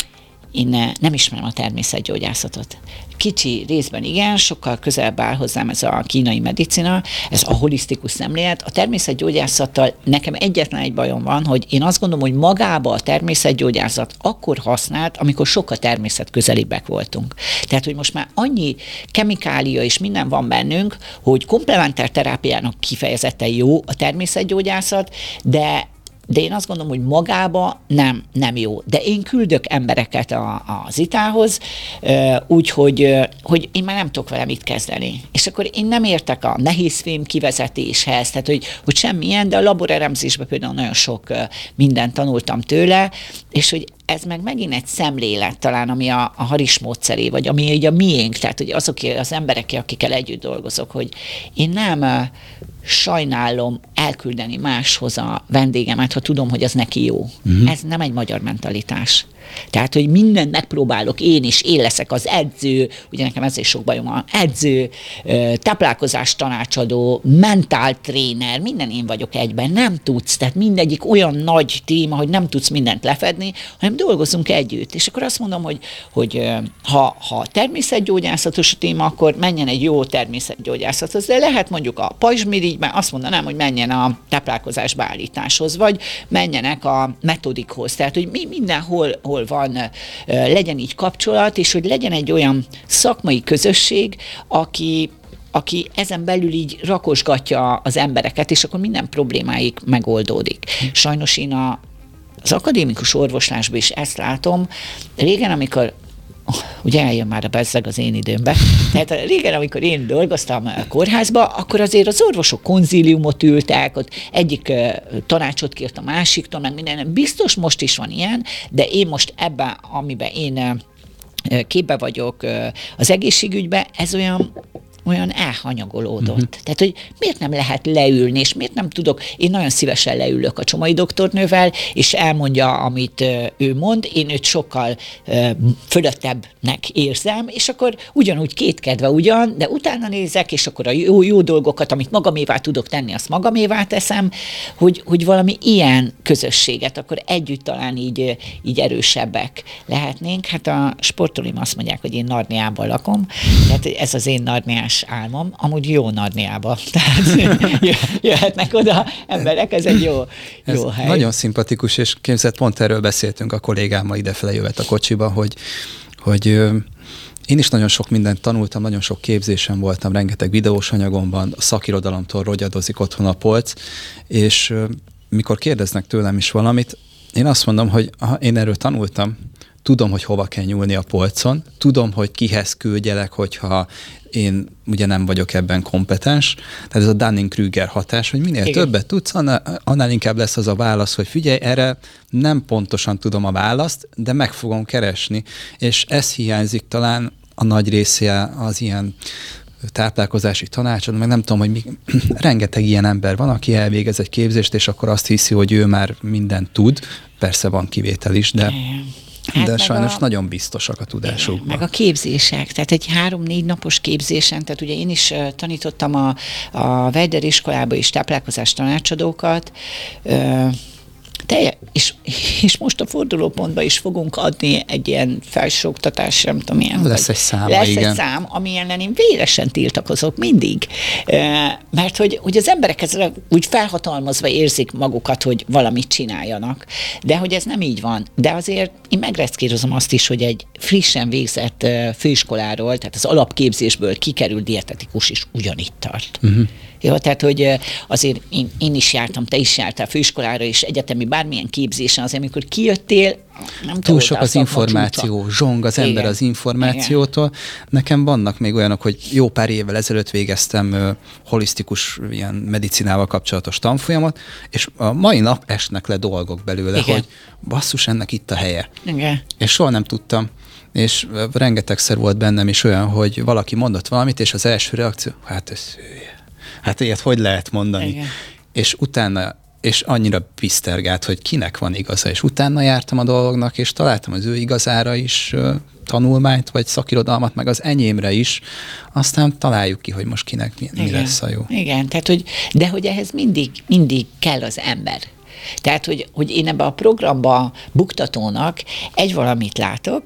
én nem ismerem a természetgyógyászatot. Kicsi részben igen, sokkal közelebb áll hozzám ez a kínai medicina, ez a holisztikus szemlélet. A természetgyógyászattal nekem egyetlen egy bajom van, hogy én azt gondolom, hogy magába a természetgyógyászat akkor használt, amikor sokkal természetközelibbek voltunk. Tehát, hogy most már annyi kemikália és minden van bennünk, hogy komplementer terápiának kifejezetten jó a természetgyógyászat, de én azt gondolom, hogy magába nem jó. De én küldök embereket az itához, úgyhogy én már nem tudok vele mit kezdeni. És akkor én nem értek a nehézfém kivezetéshez, tehát hogy semmilyen, de a laboreremzésben például nagyon sok mindent tanultam tőle, és hogy ez meg megint egy szemlélet talán, ami a Haris módszeré, vagy ami így a miénk, tehát hogy azok az emberek, akikkel együtt dolgozok, hogy én nem sajnálom elküldeni máshoz a vendégemet, ha tudom, hogy az neki jó. Ez nem egy magyar mentalitás. Tehát, hogy mindent megpróbálok én is, én leszek az edző, ugye nekem ezzel is sok bajom van, edző, táplálkozás tanácsadó, mentál tréner, minden én vagyok egyben, nem tudsz, tehát mindegyik olyan nagy téma, hogy nem tudsz mindent lefedni, hanem dolgozunk együtt. És akkor azt mondom, hogy ha természetgyógyászatos a téma, akkor menjen egy jó természetgyógyászathoz, de lehet mondjuk a pajzsmirigyben, azt mondanám, hogy menjen a táplálkozás beállításhoz, vagy menjenek a metodikhoz. Tehát, hogy mindenhol van, legyen így kapcsolat, és hogy legyen egy olyan szakmai közösség, aki ezen belül így rakosgatja az embereket, és akkor minden problémáik megoldódik. Sajnos én az akadémikus orvoslásban is ezt látom. Régen, amikor ugye eljön már a bezzeg az én időmbe. Tehát régen, amikor én dolgoztam a kórházba, akkor azért az orvosok konzíliumot ültek, ott egyik tanácsot kért a másiktól, meg minden. Biztos most is van ilyen, de én most ebben, amiben én képbe vagyok az egészségügyben, ez olyan elhanyagolódott. Tehát, hogy miért nem lehet leülni, és miért nem tudok, én nagyon szívesen leülök a Csomai doktornővel, és elmondja, amit ő mond, én őt sokkal fölöttebbnek érzem, és akkor ugyanúgy kétkedve ugyan, de utána nézek, és akkor a jó dolgokat, amit magamévá tudok tenni, azt magamévá teszem, hogy valami ilyen közösséget, akkor együtt talán így erősebbek lehetnénk. Hát a sportolóim azt mondják, hogy én Narniában lakom, tehát ez az én narniás álmom, amúgy jó Narniába. Tehát jöhetnek oda emberek, ez egy jó hely. Nagyon szimpatikus, és képzeld, pont erről beszéltünk a kollégámmal idefele jövet a kocsiba, hogy én is nagyon sok mindent tanultam, nagyon sok képzésen voltam, rengeteg videós anyagom van, a szakirodalomtól rogyadozik otthon a polc, és mikor kérdeznek tőlem is valamit, én azt mondom, hogy én erről tanultam, tudom, hogy hova kell nyúlni a polcon, tudom, hogy kihez küldjelek, hogyha én ugye nem vagyok ebben kompetens. Tehát ez a Dunning-Kruger hatás, hogy minél többet tudsz, annál inkább lesz az a válasz, hogy figyelj, erre nem pontosan tudom a választ, de meg fogom keresni. És ez hiányzik talán a nagy része az ilyen táplálkozási tanácsadó, meg nem tudom, hogy rengeteg ilyen ember van, aki elvégez egy képzést, és akkor azt hiszi, hogy ő már mindent tud. Persze van kivétel is, de sajnos nagyon biztosak a tudásukban. Meg a képzések, tehát egy 3-4 napos képzésen, tehát ugye én is tanítottam a Weider iskolába is táplálkozás tanácsadókat, És most a fordulópontban is fogunk adni egy ilyen felsőoktatás, nem tudom milyen. Lesz egy szám, egy szám, ami ellen én véresen tiltakozok mindig. Mert hogy az emberek ezzel úgy felhatalmazva érzik magukat, hogy valamit csináljanak. De hogy ez nem így van. De azért én megreckírozom azt is, hogy egy frissen végzett főiskoláról, tehát az alapképzésből kikerült dietetikus is ugyanitt tart. Jó, tehát, hogy azért én is jártam, te is jártál főiskolára, és egyetemi bármilyen képzésen, azért amikor kijöttél, nem túl sok az információ, zsong az ember az információtól. Igen. Nekem vannak még olyanok, hogy jó pár évvel ezelőtt végeztem holisztikus ilyen medicinával kapcsolatos tanfolyamot, és a mai nap esnek le dolgok belőle, igen, hogy basszus, ennek itt a helye. Igen. És soha nem tudtam. És rengetegszer volt bennem is olyan, hogy valaki mondott valamit, és az első reakció, hát ez hülye. Hát ilyet hogy lehet mondani? Igen. És utána, és annyira pisztergált, hogy kinek van igaza, és utána jártam a dolognak, és találtam az ő igazára is tanulmányt, vagy szakirodalmat, meg az enyémre is, aztán találjuk ki, hogy most kinek mi lesz a jó. Igen, tehát, de hogy ehhez mindig kell az ember. Tehát, hogy én ebbe a programba buktatónak egy valamit látok,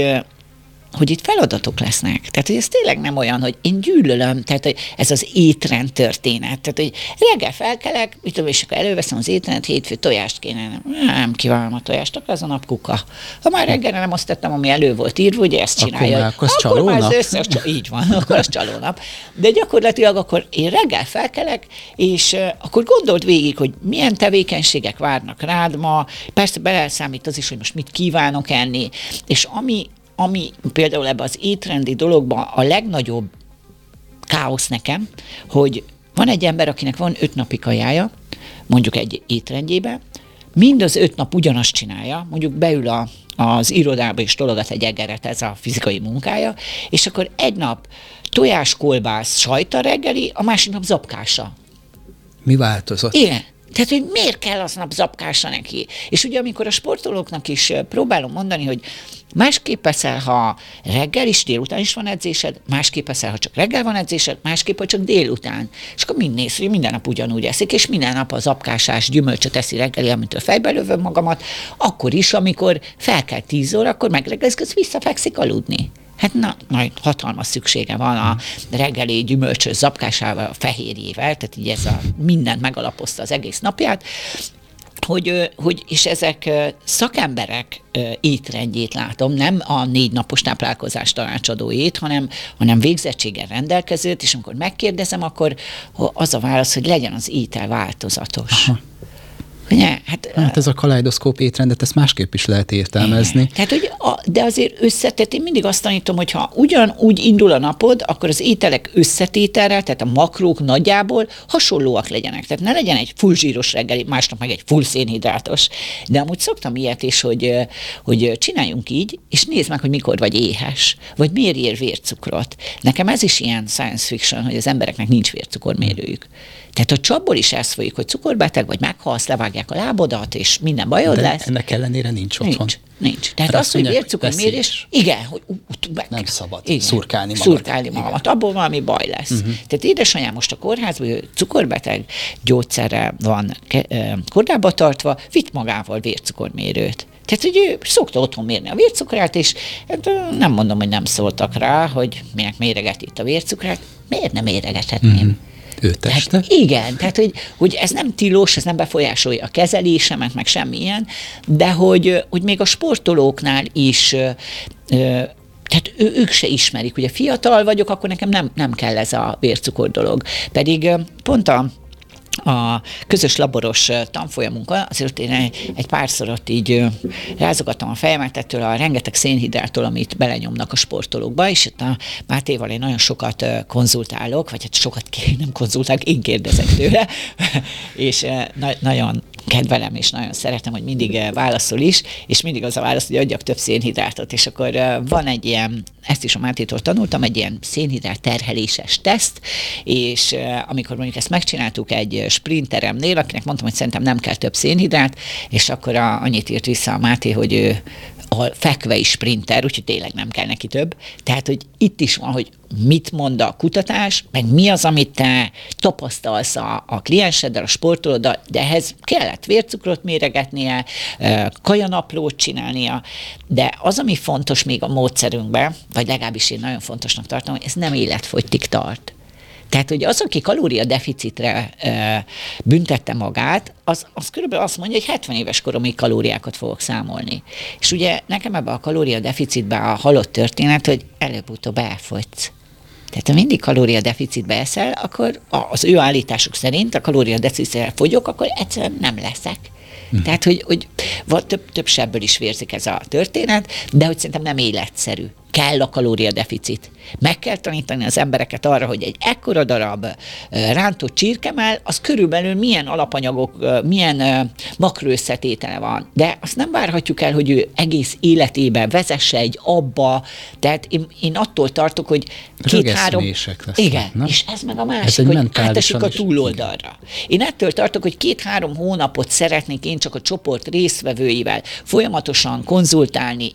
hogy itt feladatok lesznek. Tehát, hogy ez tényleg nem olyan, hogy én gyűlölöm, tehát, hogy ez az étrend történet. Tehát, hogy reggel felkelek, és akkor előveszem az étrendet, hétfő tojást kéne. Nem kívánom a tojást, akkor az a nap kuka. Ha már reggelre nem azt tettem, ami elő volt írva, ugye ezt csinálja. Akkor már az összes, így van, akkor az csalónap. De gyakorlatilag akkor én reggel felkelek, és akkor gondold végig, hogy milyen tevékenységek várnak rád ma, persze beleszámít az is, hogy most mit kívánok enni, és ami például ebben az étrendi dologban a legnagyobb káosz nekem, hogy van egy ember, akinek van 5 napi kajája, mondjuk egy étrendjébe, mind az 5 nap ugyanazt csinálja, mondjuk beül az irodába és tologat egy egeret, ez a fizikai munkája, és akkor egy nap tojás, kolbász, sajta reggeli, a másik nap zapkása. Mi változott? Igen. Tehát, hogy miért kell aznap zapkása neki? És ugye, amikor a sportolóknak is próbálom mondani, hogy másképp eszel, ha reggel is, délután is van edzésed, másképp eszel, ha csak reggel van edzésed, másképp, ha csak délután. És akkor mind néz, hogy minden nap ugyanúgy eszik, és minden nap az zapkásás gyümölcsöt eszi reggeli, amitől fejbe lövöm magamat, akkor is, amikor fel kell 10 óra, akkor megreggelizkedsz, visszafekszik aludni. Hát hatalmas szüksége van a reggeli gyümölcsös zapkásával, a fehérjével, tehát így ez mindent megalapozta az egész napját, és ezek szakemberek étrendjét látom, nem a 4 napos táplálkozás tanácsadóét, hanem végzettséggel rendelkezőt, és amikor megkérdezem, akkor az a válasz, hogy legyen az étel változatos. Aha. Ugye? Hát ez a kaleidoszkóp étrendet, ezt másképp is lehet értelmezni. Tehát, hogy de azért összetett, én mindig azt tanítom, hogy ha ugyanúgy indul a napod, akkor az ételek összetételre, tehát a makrók nagyjából hasonlóak legyenek. Tehát ne legyen egy full zsíros reggeli, másnap meg egy full szénhidrátos. De amúgy szoktam ilyet is, hogy csináljunk így, és nézd meg, hogy mikor vagy éhes, vagy miért ér vércukrot. Nekem ez is ilyen science fiction, hogy az embereknek nincs vércukormérőjük. Tehát a csapból is ez folyik, hogy cukorbeteg vagy, meghalsz, levágják a lábodat, és minden bajod lesz. Ennek ellenére nincs otthon. Nincs. Tehát azt, hogy vércukormérés, igen, hogy nem szabad szurkálni magamat. Abból valami baj lesz. Tehát édesanyám most a kórházban, ő cukorbeteg, gyógyszerre van kordába tartva, vitt magával vércukormérőt. Tehát, hogy ő szokta otthon mérni a vércukrát, és nem mondom, hogy nem szóltak rá, hogy minek méreget itt a vércukrát. Miért nem méregethetném? Ő teste? Tehát, igen, tehát hogy ez nem tilos, ez nem befolyásolja a kezelésemet, meg semmilyen, de hogy még a sportolóknál is, tehát ők se ismerik. Ugye fiatal vagyok, akkor nekem nem kell ez a vércukor dolog. Pedig pont a közös laboros tanfolyamunkon, azért én egy párszor ott így rázogattam a fejemet ettől a rengeteg szénhidráttól, amit belenyomnak a sportolókba, és itt a Mátéval én nagyon sokat konzultálok, vagy hát sokat nem konzultálok, én kérdezek tőle, és nagyon kedvelem, és nagyon szeretem, hogy mindig válaszol is, és mindig az a válasz, hogy adjak több szénhidrátot, és akkor van egy ilyen, ezt is a Mátétól tanultam, egy ilyen szénhidrát terheléses teszt, és amikor mondjuk ezt megcsináltuk egy sprinteremnél, akinek mondtam, hogy szerintem nem kell több szénhidrát, és akkor annyit írt vissza a Máté, hogy ő a fekve is sprinter, úgyhogy tényleg nem kell neki több. Tehát, hogy itt is van, hogy mit mond a kutatás, meg mi az, amit te tapasztalsz a klienseddel, a sportolóddal, de ehhez kellett vércukrot méregetnie, kajanaplót csinálnia, de az, ami fontos még a módszerünkben, vagy legalábbis én nagyon fontosnak tartom, hogy ez nem életfogytig tart. Tehát, hogy az, aki kalóriadeficitre büntette magát, az körülbelül azt mondja, hogy 70 éves koromig kalóriákat fogok számolni. És ugye nekem ebben a kalóriadeficitben a halott történet, hogy előbb-utóbb elfogysz. Tehát ha mindig kalóriadeficitbe eszel, akkor az ő állításuk szerint a kalóriadeficitre fogyok, akkor egyszerűen nem leszek. Tehát, hogy több sebből is vérzik ez a történet, de hogy szerintem nem életszerű. Kell a kalóriadeficit. Meg kell tanítani az embereket arra, hogy egy ekkora darab rántott csirkemell, az körülbelül milyen alapanyagok, milyen makroösszetétele van. De azt nem várhatjuk el, hogy ő egész életében vezesse egy abba, tehát én attól tartok, hogy 2-3... Igen, nem? És ez meg a másik, hogy átesik a túloldalra. Én ettől tartok, hogy 2-3 hónapot szeretnék én csak a csoport résztvevőivel folyamatosan konzultálni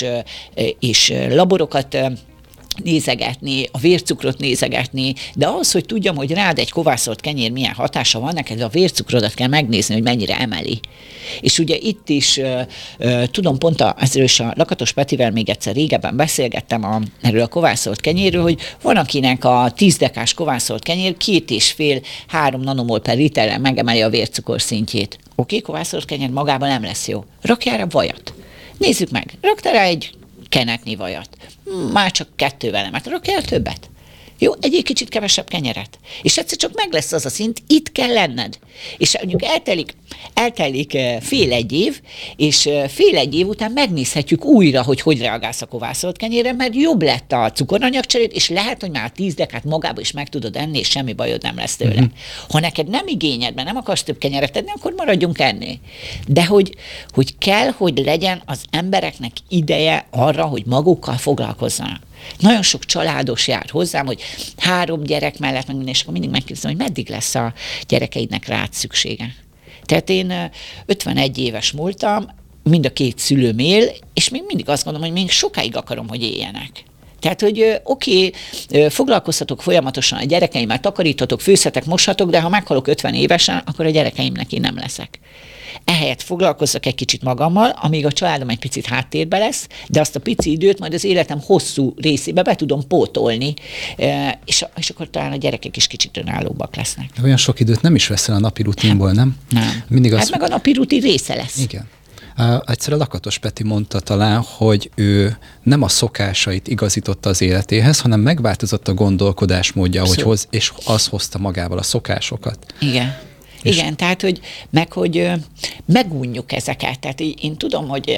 és laborokat nézegetni, a vércukrot nézegetni, de ahhoz, hogy tudjam, hogy rád egy kovászolt kenyér milyen hatása van, neked a vércukrodat kell megnézni, hogy mennyire emeli. És ugye itt is tudom, pont ezről is a Lakatos Petivel még egyszer régebben beszélgettem erről a kovászolt kenyérről, hogy van, akinek a 10 dekás kovászolt kenyér 2,5-3 nanomol per literrel megemeli a vércukor szintjét. Oké, kovászolt kenyér magában nem lesz jó. Rakjál rá vajat. Nézzük meg. Raktál rá egy kenetnyi vajat. Már csak 2 velemet. Rakj el többet. Jó, egy kicsit kevesebb kenyeret. És egyszer csak meg lesz az a szint, itt kell lenned. És mondjuk eltelik fél egy év, és fél egy év után megnézhetjük újra, hogy reagálsz a kovászolt kenyérre, mert jobb lett a cukoranyagcserét, és lehet, hogy már a 10 dekát magába is meg tudod enni, és semmi bajod nem lesz tőle. Ha neked nem igényed, mert nem akarsz több kenyeret tenni, akkor maradjunk enni. De hogy kell, hogy legyen az embereknek ideje arra, hogy magukkal foglalkozzanak. Nagyon sok családos jár hozzám, hogy 3 gyerek mellett, meg minden, és akkor mindig megkérdezem, hogy meddig lesz a gyerekeidnek rád szüksége. Tehát én 51 éves múltam, mind a 2 szülőm él, és még mindig azt gondolom, hogy még sokáig akarom, hogy éljenek. Tehát, hogy oké, foglalkoztatok folyamatosan a gyerekeimmel, takaríthatok, főzhetek, moshatok, de ha meghalok 50 évesen, akkor a gyerekeimnek én nem leszek. Ehelyett foglalkozzak egy kicsit magammal, amíg a családom egy picit háttérbe lesz, de azt a pici időt majd az életem hosszú részébe be tudom pótolni, és akkor talán a gyerekek is kicsit önállóbbak lesznek. Olyan sok időt nem is veszel a napi rutinból, nem? Nem. Mindig hát meg a napi rutin része lesz. Igen. Egyszer a Lakatos Peti mondta talán, hogy ő nem a szokásait igazította az életéhez, hanem megváltozott a gondolkodásmódja, és az hozta magával a szokásokat. Igen. Igen, tehát, hogy megunjuk ezeket. Tehát én tudom, hogy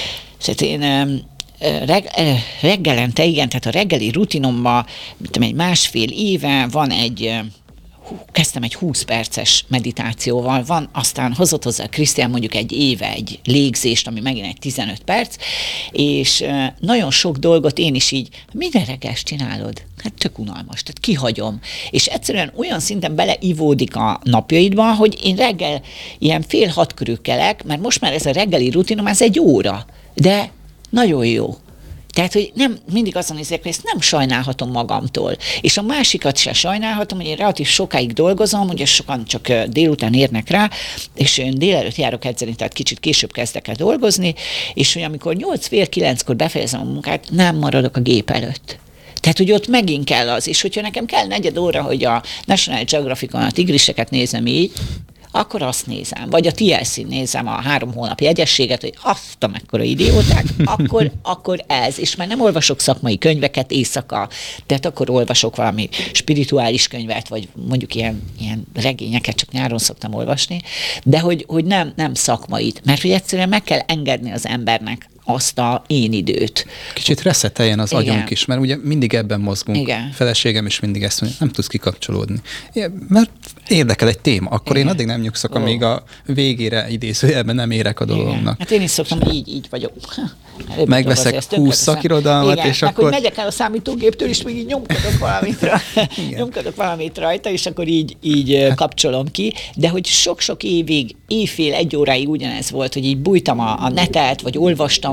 reggelente, igen, tehát a reggeli rutinomban, egy 1,5 éve van kezdtem egy 20 perces meditációval, aztán hozott hozzá Krisztián mondjuk egy éve egy légzést, ami megint egy 15 perc, és nagyon sok dolgot én is így, minden reggel ezt csinálod? Hát csak unalmas, tehát kihagyom. És egyszerűen olyan szinten beleivódik a napjaidba, hogy én reggel ilyen 5:30 körül kelek, mert most már ez a reggeli rutinom, ez 1 óra, de nagyon jó. Tehát, hogy nem mindig azon nézek, hogy ezt nem sajnálhatom magamtól. És a másikat se sajnálhatom, hogy én relatív sokáig dolgozom, ugye sokan csak délután érnek rá, és én délelőtt járok edzeni, tehát kicsit később kezdek el dolgozni, és hogy amikor 8:30-9-kor befejezem a munkát, nem maradok a gép előtt. Tehát, hogy ott megint kell az, és hogyha nekem kell 4 óra, hogy a National Geographicon a tigriseket nézem így, akkor azt nézem. Vagy a TLC-n nézem a 3 hónap jegyességet, hogy azt a mekkora idióták, akkor ez. És már nem olvasok szakmai könyveket éjszaka, tehát akkor olvasok valami spirituális könyvet, vagy mondjuk ilyen regényeket, csak nyáron szoktam olvasni, de hogy nem szakmait. Mert hogy egyszerűen meg kell engedni az embernek azt a én időt. Kicsit reszeteljen az agyunk is, mert ugye mindig ebben mozgunk. Igen. Feleségem is mindig ezt mondja, nem tudsz kikapcsolódni. Mert érdekel egy téma, akkor én addig nem nyugszok, amíg a végére idézőjelben nem érek a dolognak. Igen. Hát én is szoktam, hogy így vagyok. Megveszek 20 szakirodalmat, és akkor... hogy megyek el a számítógéptől, és még így nyomkodok valamit rajta, és akkor így kapcsolom ki. De hogy sok-sok évig, éjfél, 1 óráig ugyanez volt, hogy így bújtam a netet, vagy olvastam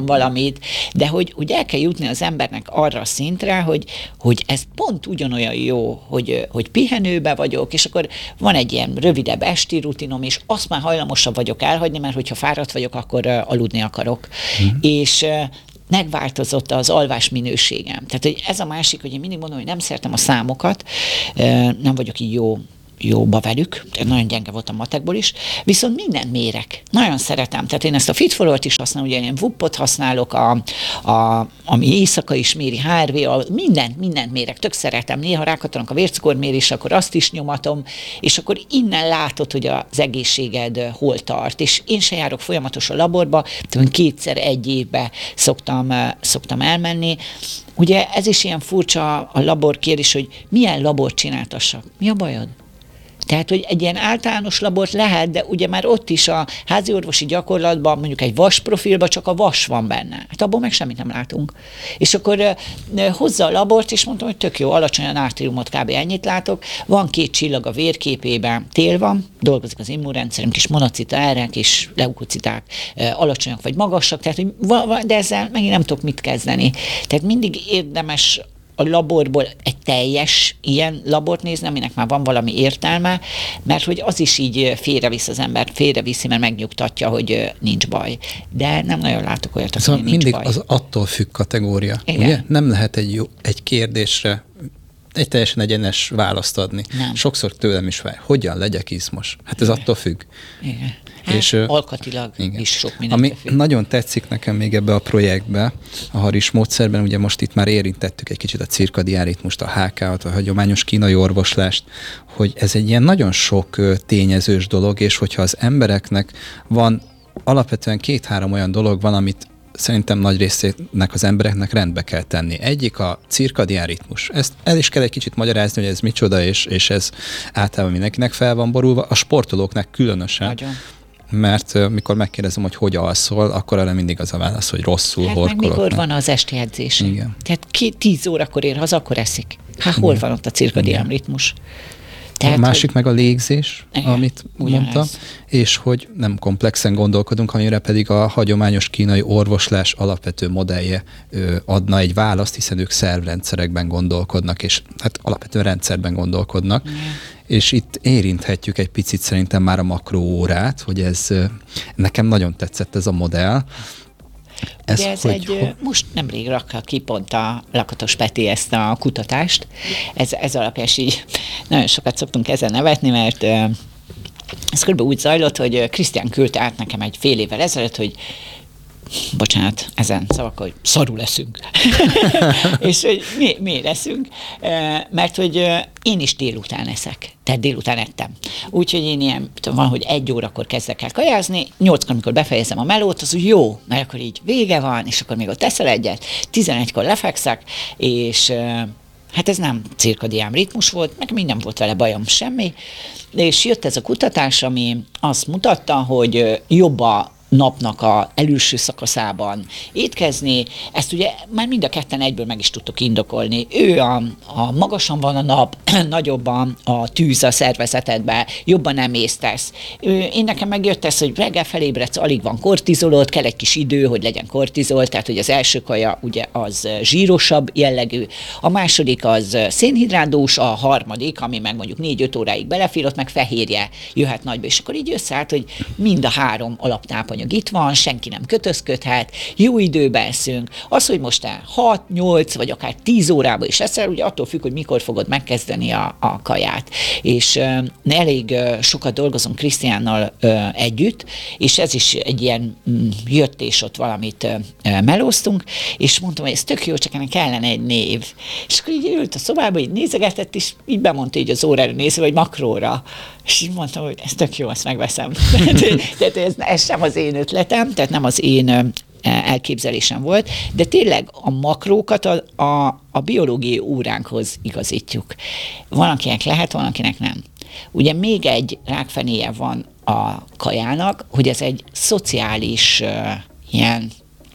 csináljon valamit, de hogy el kell jutni az embernek arra a szintre, hogy ez pont ugyanolyan jó, hogy pihenőbe vagyok, és akkor van egy ilyen rövidebb esti rutinom, és azt már hajlamosabb vagyok elhagyni, mert hogyha fáradt vagyok, akkor aludni akarok. És megváltozott az alvás minőségem. Tehát hogy ez a másik, hogy én mindig mondom, hogy nem szeretem a számokat, nem vagyok így jóba velük, nagyon gyenge voltam matekból is, viszont mindent mérek. Nagyon szeretem. Tehát én ezt a Fit4All-t is használom, ugye én WUP-ot használok, ami éjszaka is méri, HRV, mindent mérek, tök szeretem. Néha rákatolnak a vércukormérés, akkor azt is nyomatom, és akkor innen látod, hogy az egészséged hol tart. És én se járok folyamatosan a laborba, kétszer egy évbe szoktam elmenni. Ugye ez is ilyen furcsa a labor kérdés, hogy milyen labort csináltassak. Mi a bajod? Tehát, hogy egy ilyen általános labort lehet, de ugye már ott is a házi orvosi gyakorlatban, mondjuk egy vasprofilban csak a vas van benne. Hát abból meg semmit nem látunk. És akkor hozza a labort, és mondtam, hogy tök jó, alacsony a nátriumot, kb. Ennyit látok. Van 2 csillag a vérképében, tél van, dolgozik az immunrendszerünk, kis monocita, erre, kis leukociták alacsonyak vagy magasak, tehát, de ezzel megint nem tudok mit kezdeni. Tehát mindig érdemes a laborból egy teljes ilyen labort nézni, aminek már van valami értelme, mert hogy az is így félrevisz az ember, félreviszi, mert megnyugtatja, hogy nincs baj. De nem nagyon látok olyat, szóval hogy nincs mindig baj. az attól függ kategória. Igen. Ugye? Nem lehet egy kérdésre egy teljesen egyenes választ adni. Nem. Sokszor tőlem is vár, hogyan legyek izmos? Hát ez attól függ. Igen. Hát És, alkatilag igen. is sok minden. Ami nagyon tetszik nekem még ebbe a projektbe, a Haris módszerben, ugye most itt már érintettük egy kicsit a cirkadián ritmust, a HK-t, a hagyományos kínai orvoslást, hogy ez egy ilyen nagyon sok tényezős dolog, és hogyha az embereknek van alapvetően 2-3 olyan dolog van, amit szerintem nagy részének az embereknek rendbe kell tenni. Egyik a cirkadián ritmus. Ezt el is kell egy kicsit magyarázni, hogy ez micsoda, és ez általában mindenkinek fel van borulva. A sportolóknak különösen. Nagyon. Mert mikor megkérdezem, hogy alszol, akkor arra mindig az a válasz, hogy rosszul, Hát horkolok. meg mikor van az esti edzés. Igen. Tehát 10 órakor ér haza, akkor eszik. Hát hol van ott a cirkadián ritmus? Tehát, a másik meg a légzés, igen, amit ugyanez. mondtam, és hogy nem komplexen gondolkodunk, amire pedig a hagyományos kínai orvoslás alapvető modellje adna egy választ, hiszen ők szervrendszerekben gondolkodnak, és hát alapvetően rendszerben gondolkodnak. Igen. És itt érinthetjük egy picit szerintem már a makroórát, hogy ez nekem nagyon tetszett ez a modell. Most nemrég rakta ki pont a Lakatos Peti ezt a kutatást. Ez alapján így nagyon sokat szoktunk ezen nevetni, mert ez körülbelül úgy zajlott, hogy Krisztián küldte át nekem egy fél évvel ezelőtt, hogy bocsánat, ezen szavakkal, hogy szarul leszünk. És hogy miért leszünk? Mert hogy én is délután eszek. Tehát délután ettem. Úgyhogy én ilyen, van, hogy 1 órakor kezdek el kajázni, 8-kor, amikor befejezem a melót, az úgy jó, mert akkor így vége van, és akkor még ott teszel egyet, 11-kor lefekszek, és hát ez nem cirkadián ritmus volt, meg még nem volt vele bajom semmi, és jött ez a kutatás, ami azt mutatta, hogy jobb a napnak a előső szakaszában étkezni, ezt ugye már mind a ketten egyből meg is tudtok indokolni. Ő a magasan van a nap, nagyobb a tűz a szervezetedben, jobban nem észtesz. Én nekem megjött ez, hogy reggel felébredsz, alig van kortizolod, kell egy kis idő, hogy legyen kortizol, tehát hogy az első kaja ugye az zsírosabb jellegű, a második az szénhidrátdús, a harmadik, ami meg mondjuk 4-5 óráig belefér, ott meg fehérje jöhet nagyba, és akkor így összeállt, hogy mind a 3 alaptápanyag itt van, senki nem kötözködhet, jó időben eszünk. Az, hogy most 6-8 vagy akár 10 órában is eszel, ugye attól függ, hogy mikor fogod megkezdeni a kaját. És elég sokat dolgozom Krisztiánnal együtt, és ez is egy ilyen jött és ott valamit melóztunk, és mondtam, hogy ez tök jó, csak ennek kellene egy név. És akkor így ült a szobába, így nézegetett, és így bemondta így az órára nézve, vagy makróra. És így mondtam, hogy ez tök jó, ezt megveszem. Tehát ez sem az én ötletem, tehát nem az én elképzelésem volt, de tényleg a makrókat a biológiai óránkhoz igazítjuk. Van, akinek lehet, van, akinek nem. Ugye még egy rákfenéje van a kajának, hogy ez egy szociális ilyen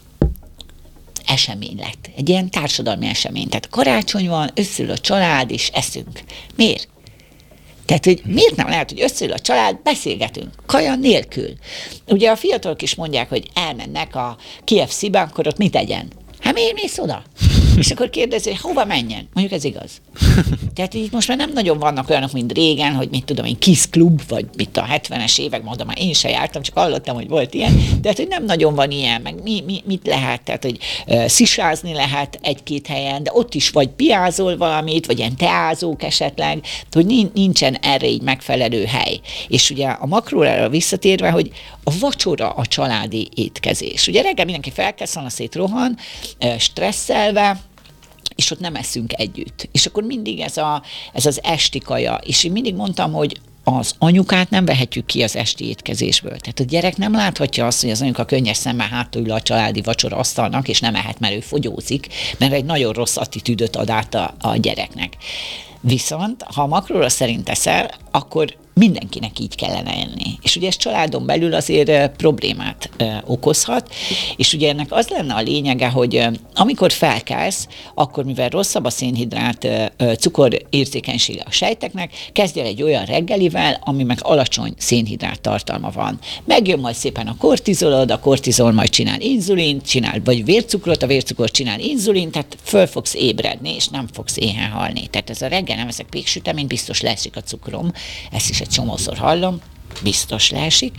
esemény lett. Egy ilyen társadalmi esemény. Tehát karácsony van, összül a család, és eszünk. Miért? Tehát, hogy miért nem lehet, hogy összeül a család, beszélgetünk, kaja nélkül. Ugye a fiatalok is mondják, hogy elmennek a KFC-be, akkor ott mit tegyen? Hát miért mész oda? És akkor kérdezi, hogy hova menjen? Mondjuk ez igaz. Tehát így most már nem nagyon vannak olyanok, mint régen, hogy mit tudom én, Kiss Club, vagy mit a 70-es évek, mondom, már én se jártam, csak hallottam, hogy volt ilyen. Tehát, hogy nem nagyon van ilyen, meg mit lehet, tehát, hogy szisázni lehet egy-két helyen, de ott is vagy piázol valamit, vagy ilyen teázók esetleg, hogy nincsen erre így megfelelő hely. És ugye a makróra visszatérve, hogy a vacsora a családi étkezés. Ugye reggel mindenki felkel, szanaszét rohan, stresszelve, és ott nem eszünk együtt. És akkor mindig ez az esti kaja. És én mindig mondtam, hogy az anyukát nem vehetjük ki az esti étkezésből. Tehát a gyerek nem láthatja azt, hogy az anyuka könnyes szemmel hátul a családi vacsora asztalnak, és nem ehet, mert ő fogyózik, mert egy nagyon rossz attitűdöt ad át a gyereknek. Viszont, ha a makróra szerint eszel, akkor mindenkinek így kellene enni. És ugye ez családon belül azért problémát okozhat, és ugye ennek az lenne a lényege, hogy amikor felkelsz, akkor mivel rosszabb a szénhidrát cukorérzékenysége a sejteknek, kezdj el egy olyan reggelivel, ami meg alacsony szénhidrát tartalma van. Megjön majd szépen a kortizolod, a kortizol majd csinál inzulint, vagy vércukrot, a vércukor csinál inzulint, tehát föl fogsz ébredni, és nem fogsz éhen halni. Tehát ez a reggel nem eszek péksüteményt, biztos leesik a cukrom, ezt is egy csomószor hallom, biztos leesik,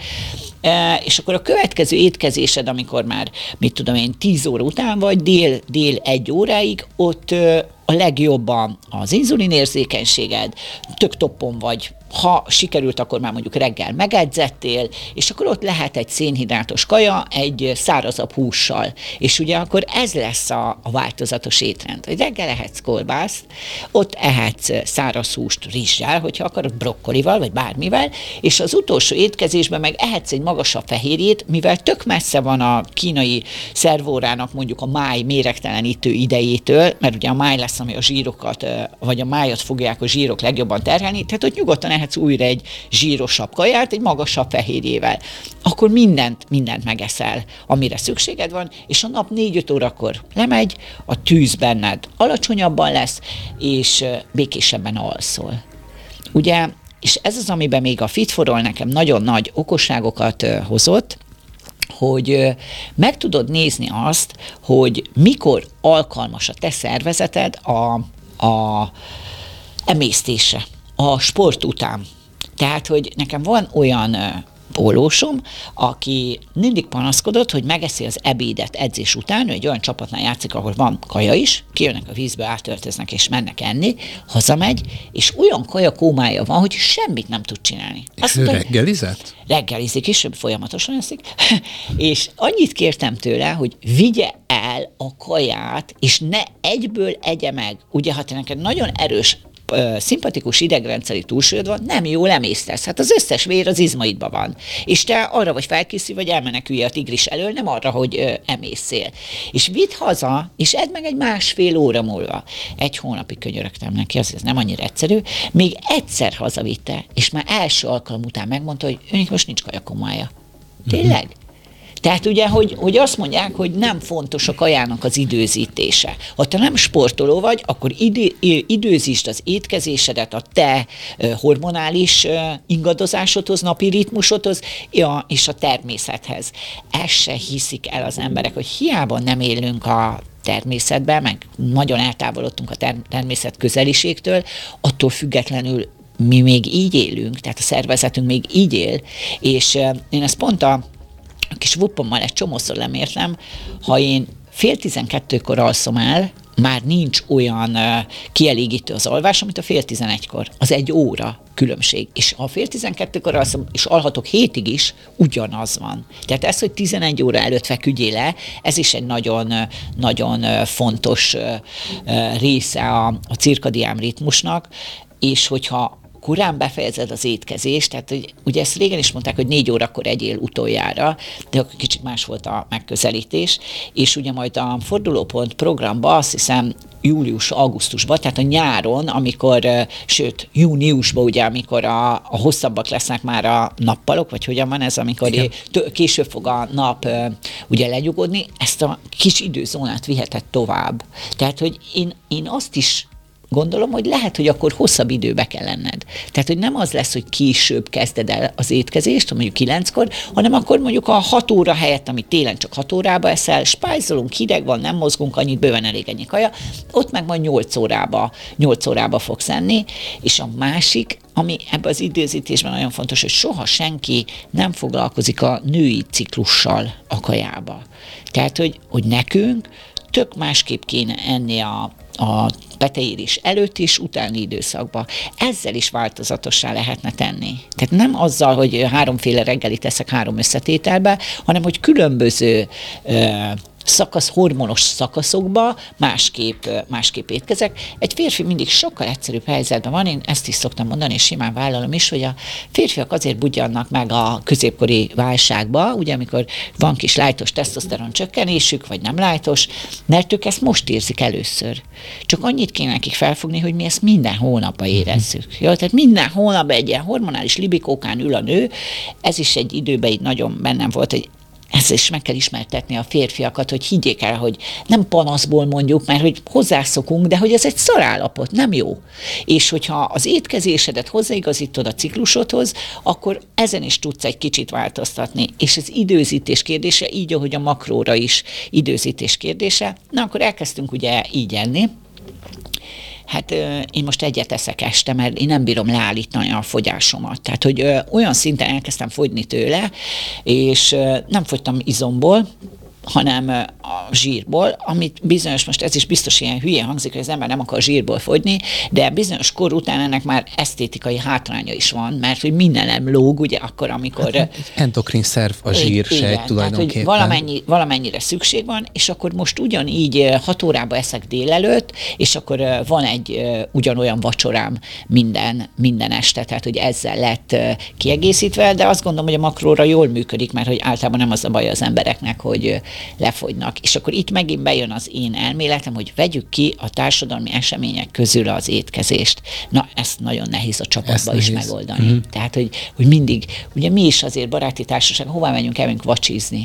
és akkor a következő étkezésed, amikor már, mit tudom én, 10 óra után vagy, dél 1 óráig, ott a legjobban az inzulinérzékenységed, tök toppon vagy, ha sikerült, akkor már mondjuk reggel megedzettél, és akkor ott lehet egy szénhidrátos kaja, egy szárazabb hússal. És ugye akkor ez lesz a változatos étrend, hogy reggel ehetsz kolbászt, ott ehetsz száraz húst rizssel, hogyha akarod, brokkolival, vagy bármivel, és az utolsó étkezésben meg ehetsz egy magasabb fehérjét, mivel tök messze van a kínai szervórának mondjuk a máj méregtelenítő idejétől, mert ugye a máj lesz, ami a zsírokat, vagy a májat fogják a zsírok legjobban terhelni, tehát ott nyugodtan ehetsz újra egy zsírosabb kaját, egy magasabb fehérjével. Akkor mindent megeszel, amire szükséged van, és a nap 4-5 órakor lemegy, a tűz benned alacsonyabban lesz, és békésebben alszol. Ugye, és ez az, amiben még a Fit4All nekem nagyon nagy okosságokat hozott, hogy meg tudod nézni azt, hogy mikor alkalmas a te szervezeted a emésztésre, a sport után. Tehát, hogy nekem van olyan pólósom, aki mindig panaszkodott, hogy megeszi az ebédet edzés után, ő egy olyan csapatnál játszik, ahol van kaja is, kijönnek a vízbe, átöltöznek és mennek enni, hazamegy, és olyan kajakómája van, hogy semmit nem tud csinálni. És ő reggelizett? Reggelizik is, folyamatosan eszik, és annyit kértem tőle, hogy vigye el a kaját, és ne egyből egye meg. Ugye, ha te neked nagyon erős szimpatikus idegrendszeri túlsúlyod van, nem jól emésztesz. Hát az összes vér az izmaidban van. És te arra vagy felkészülve, vagy elmenekülj a tigris elől, nem arra, hogy emészszél. És vidd haza, és edd meg egy 1,5 óra múlva. 1 hónapig könyörögtem neki, ez nem annyira egyszerű. Még egyszer hazavitte, és már első alkalom után megmondta, hogy őnek most nincs kajakomája. Tényleg? Tehát ugye, hogy azt mondják, hogy nem fontos a kajának az időzítése. Ha te nem sportoló vagy, akkor időzítsd az étkezésedet a te hormonális ingadozásodhoz, napi ritmusodhoz, és a természethez. Ezt se hiszik el az emberek, hogy hiába nem élünk a természetben, meg nagyon eltávolodtunk a természet közeliségtől, attól függetlenül mi még így élünk, tehát a szervezetünk még így él, és én ezt pont a kis vuppommal egy csomószor lemértem, ha én 11:30 alszom el, már nincs olyan kielégítő az alvás, mint a 10:30. Az 1 óra különbség. És ha 11:30 alszom, és alhatok 7-ig is, ugyanaz van. Tehát ez, hogy 11 óra előtt feküdjél le, ez is egy nagyon, nagyon fontos része a cirkadián ritmusnak, és hogyha korán befejezed az étkezést, tehát ugye ezt régen is mondták, hogy 4 órakor egyél utoljára, de akkor kicsit más volt a megközelítés, és ugye majd a Fordulópont programba azt hiszem július-augusztusban, tehát a nyáron, amikor, sőt, júniusban ugye, amikor a hosszabbak lesznek már a nappalok, vagy hogyan van ez, amikor később fog a nap ugye lenyugodni, ezt a kis időzónát viheted tovább. Tehát, hogy én azt is gondolom, hogy lehet, hogy akkor hosszabb időbe kell lenned. Tehát, hogy nem az lesz, hogy később kezded el az étkezést, mondjuk 9-kor, hanem akkor mondjuk a 6 óra helyett, ami télen csak 6 órába eszel, spájzolunk, hideg van, nem mozgunk annyit, bőven elég ennyi kaja, ott meg majd 8 órába fogsz enni, és a másik, ami ebben az időzítésben nagyon fontos, hogy soha senki nem foglalkozik a női ciklussal a kajába. Tehát, hogy nekünk tök másképp kéne enni a peteérés előtt is, utáni időszakban. Ezzel is változatossá lehetne tenni. Tehát nem azzal, hogy 3 reggelit teszek 3 összetételbe, hanem hogy különböző hormonos szakaszokba másképp étkezek. Egy férfi mindig sokkal egyszerűbb helyzetben van, én ezt is szoktam mondani, és simán vállalom is, hogy a férfiak azért budjannak meg a középkori válságba, ugye amikor van kis lájtos tesztoszteron csökkenésük, vagy nem lájtos, mert ők ezt most érzik először. Csak annyit kéne nekik felfogni, hogy mi ezt minden hónapban érezzük. Jó? Tehát minden hónapban egy ilyen hormonális libikókán ül a nő, ez is egy időben így nagyon bennem volt, hogy ezt is meg kell ismertetni a férfiakat, hogy higgyék el, hogy nem panaszból mondjuk, mert hogy hozzászokunk, de hogy ez egy szarállapot, nem jó. És hogyha az étkezésedet hozzáigazítod a ciklusodhoz, akkor ezen is tudsz egy kicsit változtatni. És ez időzítés kérdése, így, ahogy a makróra is időzítés kérdése. Na, akkor elkezdtünk ugye így enni. Hát én most egyet eszek este, mert én nem bírom leállítani a fogyásomat. Tehát, hogy olyan szinten elkezdtem fogyni tőle, és nem fogytam izomból, hanem a zsírból, amit bizonyos, most ez is biztos ilyen hülye hangzik, hogy az ember nem akar zsírból fogyni, de bizonyos kor után ennek már esztétikai hátránya is van, mert hogy minden nem lóg, ugye akkor, amikor... Hát, endokrin szerv a zsír sejt tulajdonképpen. Tehát, hogy valamennyire szükség van, és akkor most ugyanígy 6 órába eszek délelőtt, és akkor van egy ugyanolyan vacsorám minden este, tehát hogy ezzel lett kiegészítve, de azt gondolom, hogy a makróra jól működik, mert hogy általában nem az a baj az embereknek, hogy lefogynak. És akkor itt megint bejön az én elméletem, hogy vegyük ki a társadalmi események közül az étkezést. Na, ezt nagyon nehéz a csapatban is megoldani. Mm-hmm. Tehát, hogy mindig, ugye mi is azért baráti társaság, hová menjünk, elmegyünk vacsizni.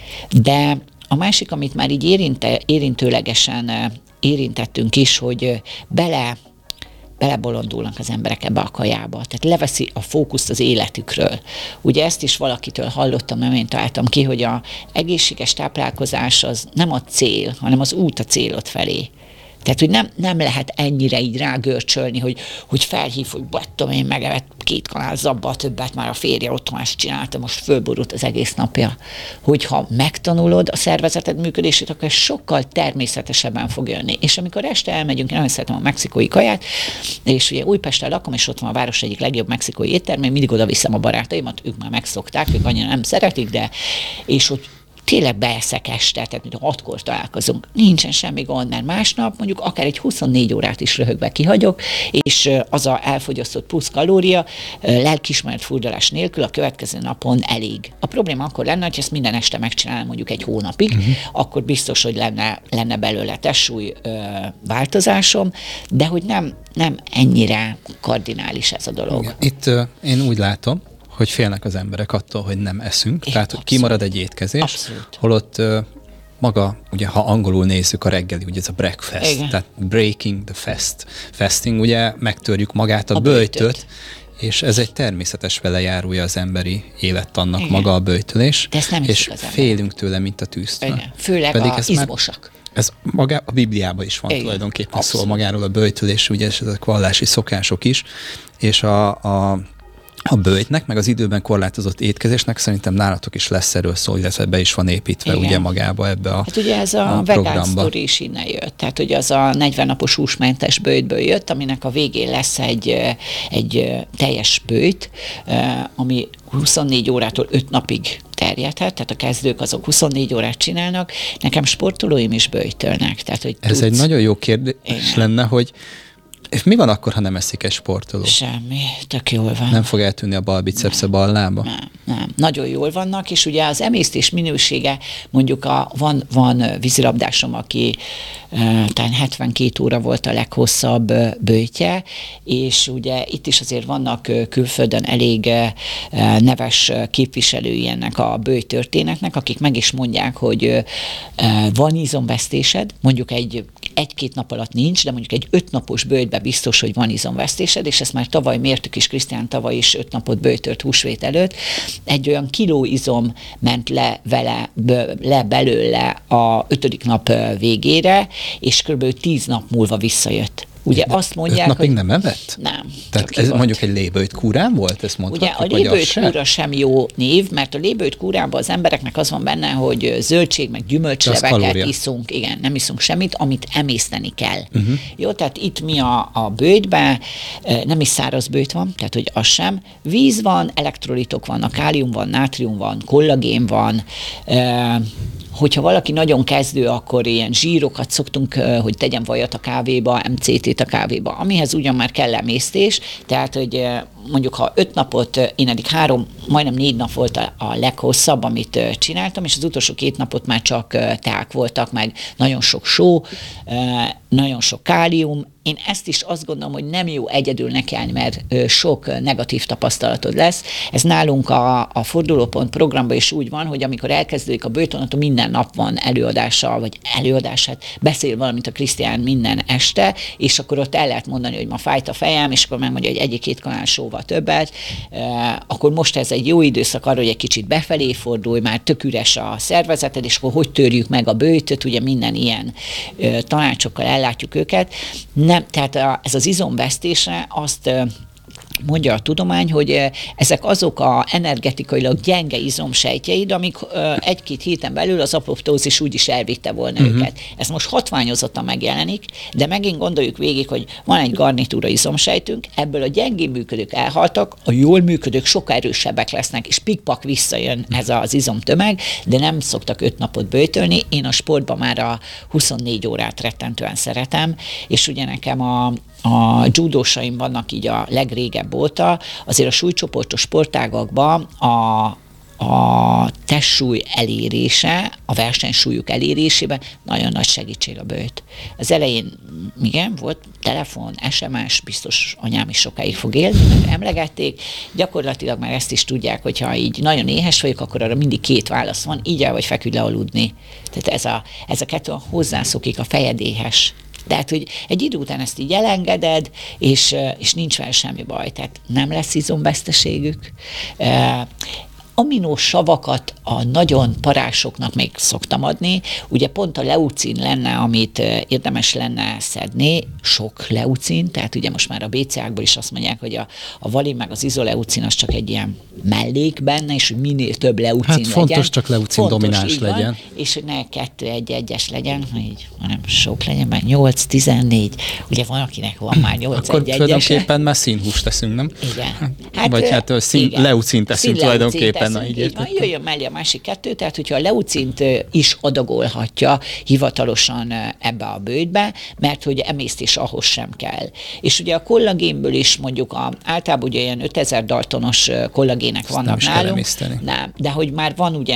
De a másik, amit már így érintőlegesen érintettünk is, hogy belebolondulnak az emberek ebbe a kajába. Tehát leveszi a fókuszt az életükről. Ugye ezt is valakitől hallottam, mert én találtam ki, hogy az egészséges táplálkozás az nem a cél, hanem az út a célod felé. Tehát, hogy nem lehet ennyire így rágörcsölni, hogy felhív, hogy tudom én megevett 2 kanál zabba, többet már a férje otthon ezt csinálta, most fölborult az egész napja. Hogyha megtanulod a szervezeted működését, akkor ez sokkal természetesebben fog jönni. És amikor este elmegyünk, én nagyon szeretem a mexikói kaját, és ugye Újpesten lakom, és ott van a város egyik legjobb mexikói étterme, én mindig oda viszem a barátaimat, ők már megszokták, ők annyira nem szeretik, de és ott tényleg beeszek este, tehát mint 6-kor találkozunk, nincsen semmi gond, mert másnap mondjuk akár egy 24 órát is röhögve kihagyok, és az a elfogyasztott plusz kalória lelkiismeret furdalás nélkül a következő napon elég. A probléma akkor lenne, hogy ezt minden este megcsinálom mondjuk egy hónapig, akkor biztos, hogy lenne belőle testsúly változásom, de hogy nem ennyire kardinális ez a dolog. Igen. Itt én úgy látom, hogy félnek az emberek attól, hogy nem eszünk, tehát hogy kimarad egy étkezés, abszolút. Holott maga, ugye ha angolul nézzük a reggeli, ugye ez a breakfast, igen. Tehát breaking the fast. Fasting, ugye megtörjük magát a böjtöt, és ez egy természetes velejárója az emberi élettannak, igen. Maga a böjtölés, és félünk tőle, mint a tűztől. Igen. Főleg az izmosak. Ez maga a Bibliában is van, igen. Tulajdonképpen szól magáról a böjtölés, ugye ezek vallási szokások is, és a böjtnek, meg az időben korlátozott étkezésnek szerintem nálatok is lesz erről szó, illetve be is van építve, igen. Ugye magába ebbe a hát ugye ez a vegán sztori is innen jött, tehát ugye az a 40 napos húsmentes böjtből jött, aminek a végén lesz egy teljes böjt, ami 24 órától 5 napig terjedhet, tehát a kezdők azok 24 órát csinálnak, nekem sportolóim is böjtölnek. Tehát, hogy ez egy nagyon jó kérdés lenne, hogy és mi van akkor, ha nem eszik egy sportoló? Semmi, tök jól van. Nem fog eltűnni a bal bicepsz a bal lába? Nem. Nagyon jól vannak, és ugye az emésztés minősége, mondjuk van vízilabdásom, aki talán 72 óra volt a leghosszabb böjtje, és ugye itt is azért vannak külföldön elég neves képviselői ennek a böjtörténetnek, akik meg is mondják, hogy van izomvesztésed, mondjuk egy 1-2 nap alatt nincs, de mondjuk egy 5 napos böjtbe biztos, hogy van izomvesztésed, és ezt már tavaly mértük is, Krisztián tavaly is 5 napot böjtölt húsvét előtt, egy olyan kiló izom ment le belőle a 5. nap végére, és kb. 10 nap múlva visszajött. Ugye azt mondják, 5 napig nem evett? Nem. Tehát ez mondjuk egy lébőjt kúrán volt, ezt mondhatjuk? Ugye a lébőjt kúra sem jó név, mert a lébőjt kúrában az embereknek az van benne, hogy zöldség, meg gyümölcsleveket iszunk, igen, nem iszunk semmit, amit emészteni kell. Jó, tehát itt mi a böjtben, nem is száraz böjt van, tehát hogy az sem. Víz van, elektrolitok vannak, kálium van, nátrium van, kollagén van, hogyha valaki nagyon kezdő, akkor ilyen zsírokat szoktunk, hogy tegyen vajat a kávéba, MCT-t a kávéba, amihez ugyan már kell emésztés, tehát, hogy mondjuk ha 5 napot, én eddig 3, majdnem 4 nap volt a leghosszabb, amit csináltam, és az utolsó 2 napot már csak teák voltak, meg nagyon sok só, nagyon sok kálium. Én ezt is azt gondolom, hogy nem jó egyedül nekelni, mert sok negatív tapasztalatod lesz. Ez nálunk a Fordulópont programban is úgy van, hogy amikor elkezdődik a böjtönaton, minden nap van előadása, vagy előadását, beszél valamit a Krisztián minden este, és akkor ott el lehet mondani, hogy ma fájt a fejem, és akkor megmondja, hogy 1-2 kanál sóval többet. Akkor most ez egy jó időszak arra, hogy egy kicsit befelé fordulj, már tök üres a szervezeted, és akkor hogy törjük meg a böjtöt, ugye minden ilyen tanácsokkal ellátjuk őket. Nem, tehát ez az izomvesztésre azt mondja a tudomány, hogy ezek azok a energetikailag gyenge izomsejtjeid, amik 1-2 héten belül az apoptózis úgyis elvitte volna őket. Ez most hatványozottan megjelenik, de megint gondoljuk végig, hogy van egy garnitúra izomsejtünk, ebből a gyengén működők elhaltak, a jól működők sokkal erősebbek lesznek, és pikpak visszajön ez az izomtömeg, de nem szoktak 5 napot böjtölni. Én a sportban már a 24 órát rettentően szeretem, és ugye nekem a judósaim vannak így a legrégebb óta, azért a súlycsoportos sportágakban a testsúly elérése, a versenysúlyuk elérésében nagyon nagy segítség a böjt. Az elején, igen, volt telefon, SMS, biztos anyám is sokáig fog élni, mert emlegették, gyakorlatilag már ezt is tudják, hogyha így nagyon éhes vagyok, akkor arra mindig 2 válasz van, így el vagy feküdj le aludni. Tehát ez a 2 hozzászokik a fejedéhes. Tehát, hogy egy idő után ezt így elengeded, és nincs vele semmi baj, tehát nem lesz izomveszteségük. Aminosavakat a nagyon parásoknak még szoktam adni, ugye pont a leucin lenne, amit érdemes lenne szedni, sok leucin, tehát ugye most már a BCA-kból is azt mondják, hogy a valin meg az izoleucin az csak egy ilyen mellék benne, és hogy minél több leucin legyen. Fontos csak leucin domináns legyen. Van, és hogy ne 2-1-1-es legyen, hanem sok legyen, már 8-14, ugye van, akinek van már 8-1-1-es. Akkor tulajdonképpen már színhúst teszünk, nem? Igen. Vagy leucint teszünk tulajdonképpen. Így van, jöjjön mellé a másik 2, tehát hogyha a leucint is adagolhatja hivatalosan ebbe a böjtbe, mert hogy emésztés ahhoz sem kell. És ugye a kollagénből is mondjuk általában ugye ilyen 5000 daltonos kollagének vannak nálunk. Nem, de hogy már van ugye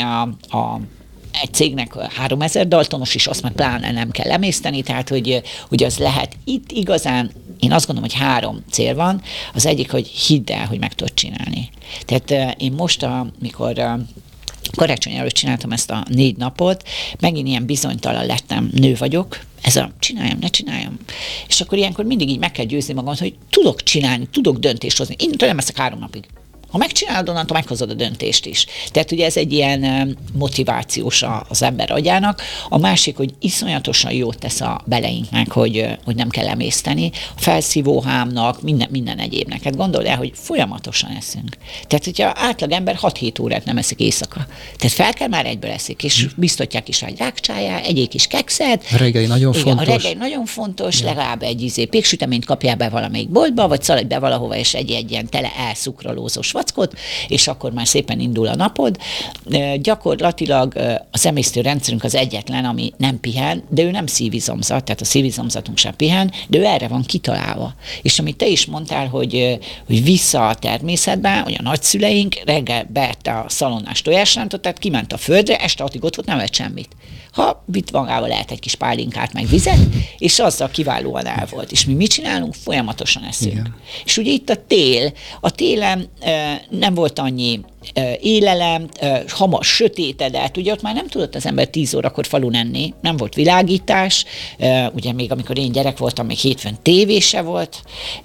egy cégnek 3000 daltonos is, azt meg pláne nem kell emészteni, tehát hogy az lehet. Itt igazán én azt gondolom, hogy 3 cél van. Az egyik, hogy hidd el, hogy meg tudod csinálni. Tehát én most, amikor karácsony előtt csináltam ezt a 4 napot, megint ilyen bizonytalan lettem, nő vagyok, ez a csináljam, ne csináljam. És akkor ilyenkor mindig így meg kell győzni magam, hogy tudok csinálni, tudok döntést hozni. Én nem eszek 3 napig. Ha megcsinálod, onnantól meghozod a döntést is. Tehát ugye ez egy ilyen motivációs az ember agyának. A másik, hogy iszonyatosan jót tesz a beleinknek, hogy nem kell emészteni. A felszívóhámnak, minden egyébnek. Hát gondold el, hogy folyamatosan eszünk. Tehát, hogyha átlag ember 6-7 órát nem eszik éjszaka. Tehát fel kell, már egyből eszik, és biztatják is rá egy rákcsájá, egyék is kekszet. A reggeli nagyon fontos. A reggeli nagyon fontos, legalább egy péksüteményt kapjál be valamelyik boltba, vagy szaladj be valahova, és egy ilyen tele elszukralózós vackot, és akkor már szépen indul a napod. Gyakorlatilag az emésztőrendszerünk az egyetlen, ami nem pihen, de ő nem szívizomzat, tehát a szívizomzatunk sem pihen, de ő erre van kitalálva. És amit te is mondtál, hogy vissza a természetben, hogy a nagyszüleink reggel beette a szalonnás tojásrántot, tehát kiment a földre, este addig ott volt, nem vett semmit. Ha vitt magával lehet egy kis pálinkát, meg vizet, és azzal kiválóan el volt. És mi mit csinálunk? Folyamatosan eszünk. Igen. És ugye itt a télen nem volt annyi élelem, hamar sötétedett, ugye ott már nem tudott az ember 10 órakor falun enni, nem volt világítás, ugye még amikor én gyerek voltam, még hétfőn tévé se volt,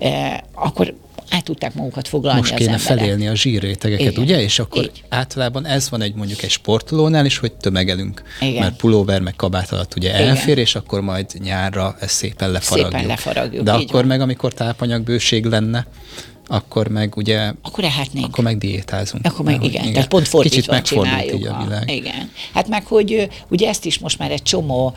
akkor el tudták magukat foglalni most az kéne emberek. felélni a zsírrétegeket, Igen. ugye? És akkor Így. általában ez van mondjuk egy sportolónál is, hogy tömegelünk. Igen. Mert pulóver meg kabát alatt ugye Igen. elfér, és akkor majd nyárra ezt szépen lefaragjuk. Szépen lefaragjuk, De így akkor van. meg, amikor tápanyagbőség lenne, akkor meg ugye... Akkor ehetnénk. Akkor meg diétázunk. Akkor meg Mert, igen, tehát pont Kicsit fordítva megfordult csináljuk. így a világ. Igen. Hát meg, hogy ugye ezt is most már egy csomó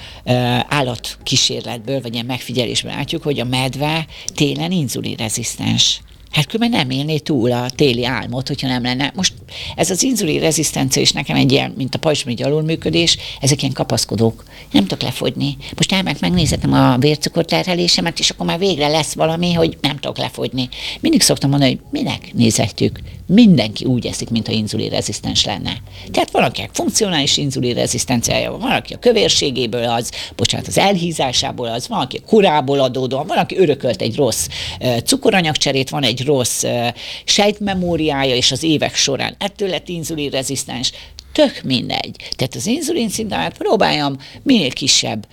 állatkísérletből, vagy ilyen megfigyelésből látjuk, hogy a medve télen inzulinrezisztens. Hát különben nem élné túl a téli álmot, hogyha nem lenne. Most ez az inzulinrezisztencia is nekem egy ilyen, mint a pajzsmirigy alulműködés, ezek ilyen kapaszkodók. Nem tudok lefogyni. Most elmegyek, megnézhetem a vércukorterhelésemet, és akkor már végre lesz valami, hogy nem tudok lefogyni. Mindig szoktam mondani, hogy minek nézhetjük. Mindenki úgy eszik, mintha inzulinrezisztens lenne. Tehát valakinek funkcionális inzulinrezisztenciája van, valaki a kövérségéből az, az elhízásából az, valaki a korából adódóan, valaki örökölt egy rossz cukoranyagcserét, van egy rossz sejtmemóriája, és az évek során ettől lett inzulinrezisztens. Tök mindegy. Tehát az inzulin szintemet próbáljam minél kisebb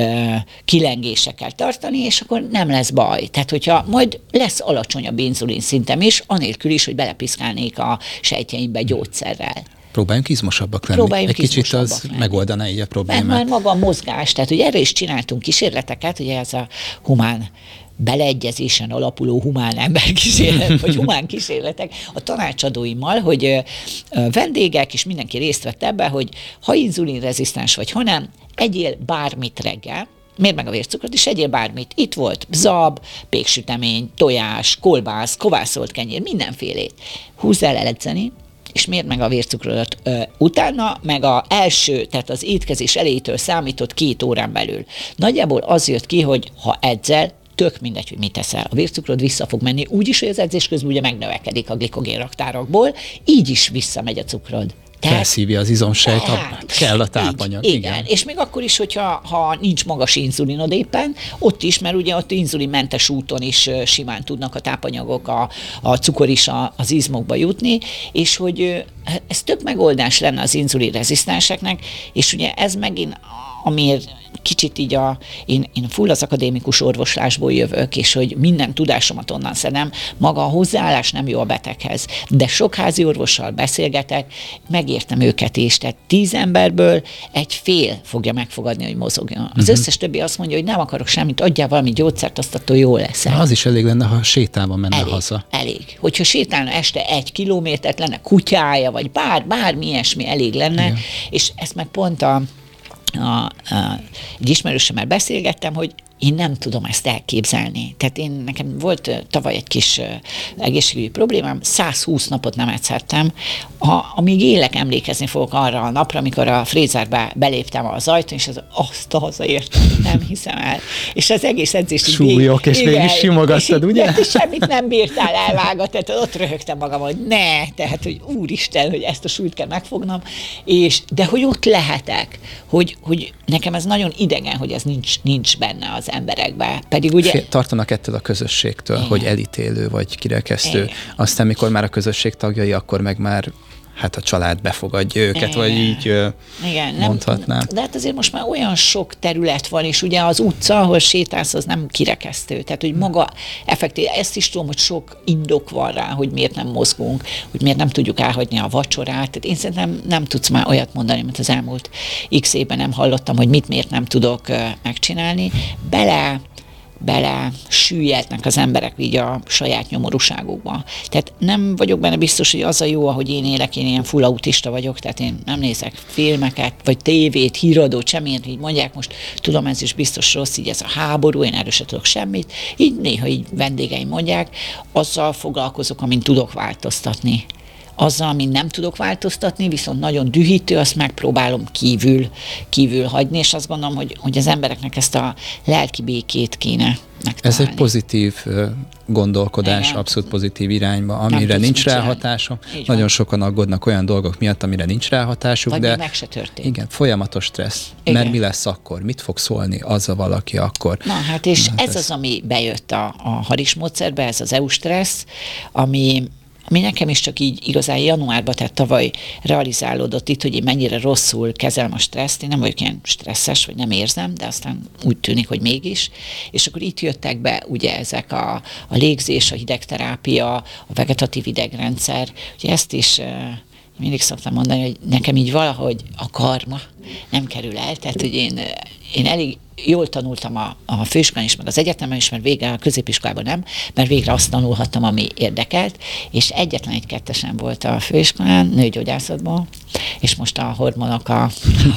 kilengésekkel tartani, és akkor nem lesz baj. Tehát, hogyha majd lesz alacsonyabb inzulin szintem is, anélkül is, hogy belepiszkálnék a sejtjeimbe gyógyszerrel. Próbáljunk izmosabbak lenni. Egy kicsit az lenni. Megoldaná így a problémát. Mert már maga a mozgás, tehát hogy erre is csináltunk kísérleteket, ugye ez a humán beleegyezésen alapuló humán emberkísérlet, vagy humán kísérletek a tanácsadóimmal, hogy vendégek, és mindenki részt vett ebben, hogy ha inzulinrezisztens vagy, ha nem, egyél bármit reggel, mérd meg a vércukrot, és egyél bármit. Itt volt zab, péksütemény, tojás, kolbász, kovászolt kenyér, mindenfélét. Húzz el edzeni, és mérd meg a vércukrodat utána, meg az első, tehát az étkezés elejétől számított 2 órán belül. Nagyjából az jött ki, hogy ha edzel, tök mindegy, hogy mit teszel. A vércukrod vissza fog menni, úgyis, hogy az edzés közben ugye megnövekedik a glikogénraktárakból, így is visszamegy a cukrod. Felszívja az izomsejt, kell a tápanyag. Igen, és még akkor is, hogyha nincs magas inzulinod éppen, ott is, mert ugye ott inzulinmentes úton is simán tudnak a tápanyagok, a cukor is az izmokba jutni, és hogy ez tök megoldás lenne az inzulinrezisztenseknek, és ugye ez megint, amiért kicsit így én full az akadémikus orvoslásból jövök, és hogy minden tudásomat onnan szedem, maga a hozzáállás nem jó a beteghez. De sok házi orvossal beszélgetek, megértem őket is, tehát 10 emberből egy fél fogja megfogadni, hogy mozogjon. Az összes többi azt mondja, hogy nem akarok semmit, adjál valami gyógyszert, azt attól jól lesz. Az is elég lenne, ha sétálva menne haza. Elég. Hogyha sétálna este 1 kilométert, lenne kutyája, vagy bármi ilyesmi elég lenne, igen. És ezt meg pont egy ismerősömmel beszélgettem, hogy én nem tudom ezt elképzelni. Tehát nekem volt tavaly egy kis egészségügyi problémám, 120 napot nem edzhettem. Amíg élek, emlékezni fogok arra a napra, amikor a frézerbe beléptem az ajtón, és azt hazaértem, nem hiszem el. És az egész edzést súlyok, és végig simogattad, ugye? És semmit nem bírtál elvágatni, tehát ott röhögtem magam, hogy ne, tehát, hogy úristen, hogy ezt a súlyt kell megfognom, de hogy ott lehetek, hogy nekem ez nagyon idegen, hogy ez nincs benne az emberekben. Pedig ugye... Tartanak ettől a közösségtől, igen. Hogy elítélő vagy kirekesztő. Igen. Aztán, mikor már a közösség tagjai, akkor meg már a család befogadja őket, igen. Vagy így igen, mondhatnám. De hát azért most már olyan sok terület van, és ugye az utca, ahol sétálsz, az nem kirekesztő. Tehát, hogy maga effektív, ezt is tudom, hogy sok indok van rá, hogy miért nem mozgunk, hogy miért nem tudjuk elhagyni a vacsorát. Tehát én szerintem nem tudsz már olyat mondani, mint az elmúlt x évben nem hallottam, hogy miért nem tudok megcsinálni. Bele süllyednek az emberek így a saját nyomorúságukba. Tehát nem vagyok benne biztos, hogy az a jó, ahogy én élek, én ilyen full autista vagyok, tehát én nem nézek filmeket, vagy tévét, híradót, semmilyen, így mondják, most tudom, ez is biztos rossz, így ez a háború, én erről sem tudok semmit, így néha így vendégeim mondják, azzal foglalkozok, amin tudok változtatni. Azzal, amit nem tudok változtatni, viszont nagyon dühítő, azt megpróbálom kívül hagyni, és azt gondolom, hogy az embereknek ezt a lelki békét kéne megtalálni. Ez egy pozitív gondolkodás, igen. Abszolút pozitív irányba, amire nincs ráhatásom. Nagyon sokan aggódnak olyan dolgok miatt, amire nincs ráhatásuk, vagy de meg se történt. Igen, folyamatos stressz. Igen. Mert mi lesz akkor? Mit fog szólni az a valaki akkor? Na hát, és ez az, ami bejött a Haris módszerbe, ez az EU stressz, ami ami nekem is csak így igazán januárban, tehát tavaly realizálódott itt, hogy én mennyire rosszul kezelem a stresszt, én nem vagyok ilyen stresszes, vagy nem érzem, de aztán úgy tűnik, hogy mégis. És akkor itt jöttek be ugye ezek a légzés, a hidegterápia, a vegetatív idegrendszer, ugye ezt is mindig szoktam mondani, hogy nekem így valahogy a karma nem kerül el, tehát hogy én elég jól tanultam a főiskolán is, meg az egyetemen is, mert végre a középiskolában nem, mert végre azt tanulhattam, ami érdekelt, és egyetlen egy kettesen volt a főiskolán, nőgyógyászatban, és most a hormonok a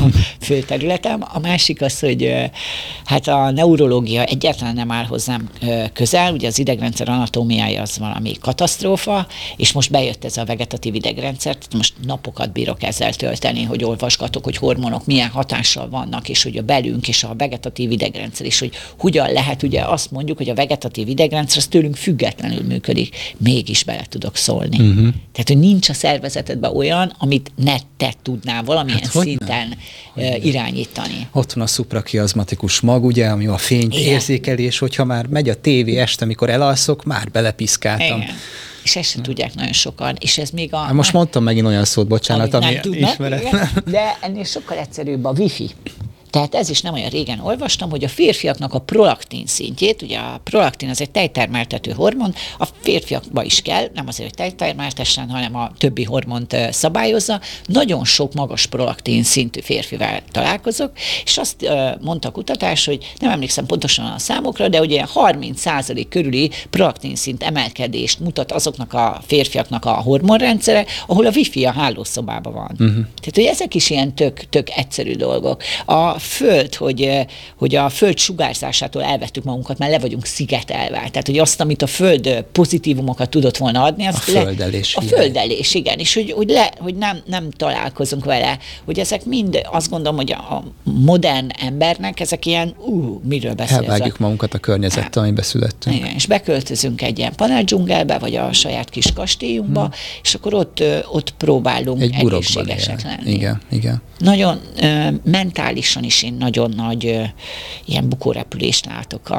fő területem. A másik az, hogy hát a neurológia egyáltalán nem áll hozzám közel, ugye az idegrendszer anatómiája az valami katasztrófa, és most bejött ez a vegetatív idegrendszer, tehát most napokat bírok ezzel tölteni, hogy olvasgatok, hogy hormonok milyen hatással vannak, és hogy a belünk és a vegetatív idegrendszer, és hogy hogyan lehet, ugye azt mondjuk, hogy a vegetatív idegrendszer az tőlünk függetlenül működik, mégis bele tudok szólni. Tehát, hogy nincs a szervezetedben olyan, amit ne te tudnál valamilyen szinten irányítani. Ott van a szuprakiaszmatikus mag, ugye, ami a fényt érzékeli, és hogyha már megy a tévé este, amikor elalszok, már belepiszkáltam. Igen. És ezt sem tudják nagyon sokan. És ez még most mondtam megint olyan szót, bocsánat, ami ismeretlen. De ennél sokkal egyszerűbb a wifi. Tehát ez is nem olyan régen olvastam, hogy a férfiaknak a prolaktin szintjét, ugye a prolaktin az egy tejtermeltető hormon, a férfiakba is kell, nem azért, hogy tejtermeltessen, hanem a többi hormont szabályozza. Nagyon sok magas prolaktin szintű férfivel találkozok, és azt mondta a kutatás, hogy nem emlékszem pontosan a számokra, de ugye 30% körüli prolaktin szint emelkedést mutat azoknak a férfiaknak a hormonrendszere, ahol a wifi a hálószobában van. Tehát, hogy ezek is ilyen tök egyszerű dolgok. A Föld, hogy a Föld sugárzásától elvettük magunkat, mert le vagyunk szigetelve. Tehát, hogy azt, amit a Föld pozitívumokat tudott volna adni, azt a földelés. A földelés, igen. És hogy nem találkozunk vele. Hogy ezek mind, azt gondolom, hogy a modern embernek ezek ilyen, miről beszél? Elvágjuk magunkat a környezettel, amiben születtünk. Igen, és beköltözünk egy ilyen paneldzsungelbe, vagy a saját kis kastélyunkba, és akkor ott próbálunk egészségesek lenni. Igen. Nagyon mentálisan is én nagyon nagy ilyen bukórepülést látok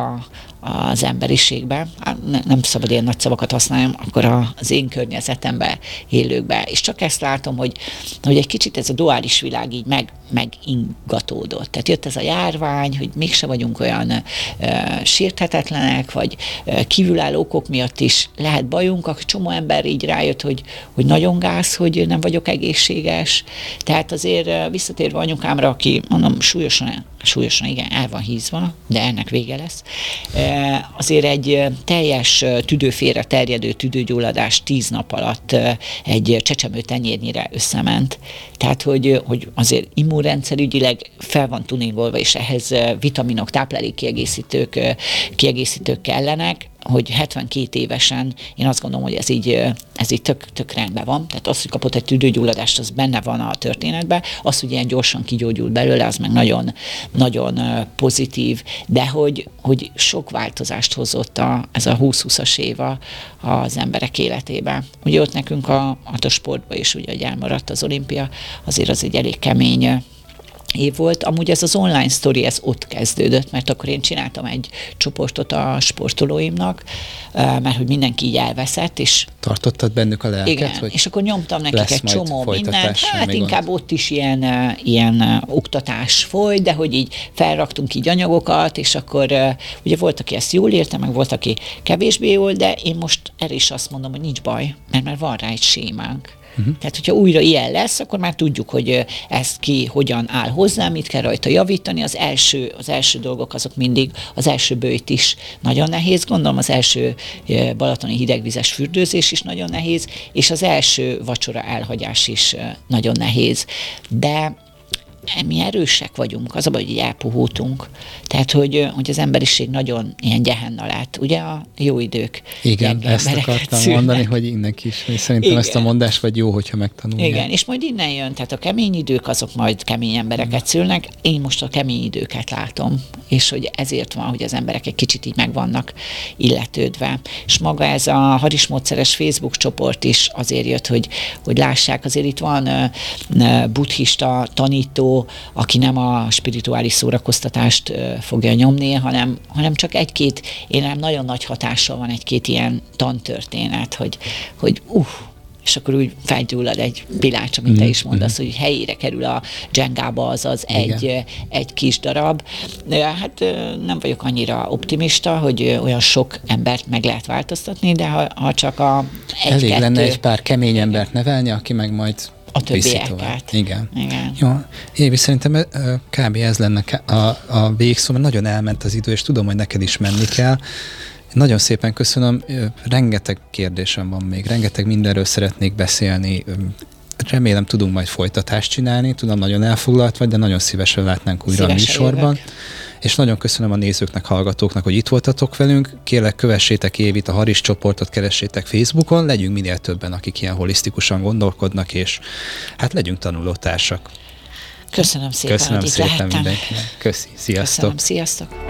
az emberiségben. Nem szabad ilyen nagy szavakat használjam, akkor az én környezetemben élőkben. És csak ezt látom, hogy egy kicsit ez a duális világ így megingatódott. Tehát jött ez a járvány, hogy mégse vagyunk olyan sérthetetlenek, vagy kívülálló okok miatt is lehet bajunk. A csomó ember így rájött, hogy nagyon gáz, hogy nem vagyok egészséges. Tehát azért visszatérve anyukámra, aki mondom súlyosan igen, el van hízva, de ennek vége lesz. Azért egy teljes tüdőfélre terjedő tüdőgyulladás 10 nap alatt egy csecsemő tenyérnyire összement. Tehát, hogy azért immunrendszerügyileg fel van tuningolva, és ehhez vitaminok, kiegészítők kellenek, hogy 72 évesen én azt gondolom, hogy ez így tök rendben van. Tehát az, hogy kapott egy tüdőgyulladást, az benne van a történetben. Az, hogy ilyen gyorsan kigyógyult belőle, az meg nagyon, nagyon pozitív. De hogy sok változást hozott ez a 20-20-as év az emberek életében. Ugye ott nekünk a sportban is, ugye, hogy elmaradt az olimpia, azért az egy elég kemény év volt. Amúgy ez az online sztori, ez ott kezdődött, mert akkor én csináltam egy csoportot a sportolóimnak, mert hogy mindenki így elveszett, és tartottad bennük a lelket? Igen, és akkor nyomtam nekik egy csomó mindent. Hát inkább ott is ilyen oktatás folyt, de hogy így felraktunk így anyagokat, és akkor ugye volt, aki ezt jól érte, meg volt, aki kevésbé jól, de én most erre is azt mondom, hogy nincs baj, mert már van rá egy sémánk. Tehát, hogyha újra ilyen lesz, akkor már tudjuk, hogy ez ki hogyan áll hozzá, mit kell rajta javítani. Az első dolgok azok mindig, az első böjt is nagyon nehéz, gondolom az első balatoni hidegvizes fürdőzés is nagyon nehéz, és az első vacsora elhagyás is nagyon nehéz. De mi erősek vagyunk, az a baj, hogy így elpuhultunk. Tehát, hogy az emberiség nagyon ilyen gyehenna lett. Ugye a jó idők. Igen, ezt akartam mondani, hogy innen is. Szerintem ezt a mondást vagy jó, hogyha megtanulják. Igen, és majd innen jön, tehát a kemény idők, azok majd kemény embereket szülnek. Én most a kemény időket látom, és hogy ezért van, hogy az emberek egy kicsit így meg vannak illetődve. És maga ez a harismódszeres Facebook csoport is azért jött, hogy lássák, azért itt van buddhista tanító, hallgató, aki nem a spirituális szórakoztatást fogja nyomni, hanem csak egy-két, én nem nagyon nagy hatással van egy-két ilyen tantörténet, hogy és akkor úgy felgyullad egy pilács, amit te is mondasz, hogy helyére kerül a dzsengába az egy kis darab. Hát nem vagyok annyira optimista, hogy olyan sok embert meg lehet változtatni, de ha csak elég lenne egy pár kemény embert nevelni, aki meg majd a többieket. Igen. Jó. Évi, szerintem kb. Ez lenne a végszó, mert nagyon elment az idő, és tudom, hogy neked is menni kell. Nagyon szépen köszönöm, rengeteg kérdésem van még, rengeteg mindenről szeretnék beszélni, remélem tudunk majd folytatást csinálni, tudom, nagyon elfoglalt vagy, de nagyon szívesen látnánk újra a műsorban. Jövök. És nagyon köszönöm a nézőknek, hallgatóknak, hogy itt voltatok velünk. Kérlek, kövessétek Évit, a Haris csoportot, keressétek Facebookon, legyünk minél többen, akik ilyen holisztikusan gondolkodnak, és hát legyünk tanulótársak. Köszönöm szépen, hogy itt lehettem. Mindenkinek. Köszi, sziasztok. Köszönöm, sziasztok.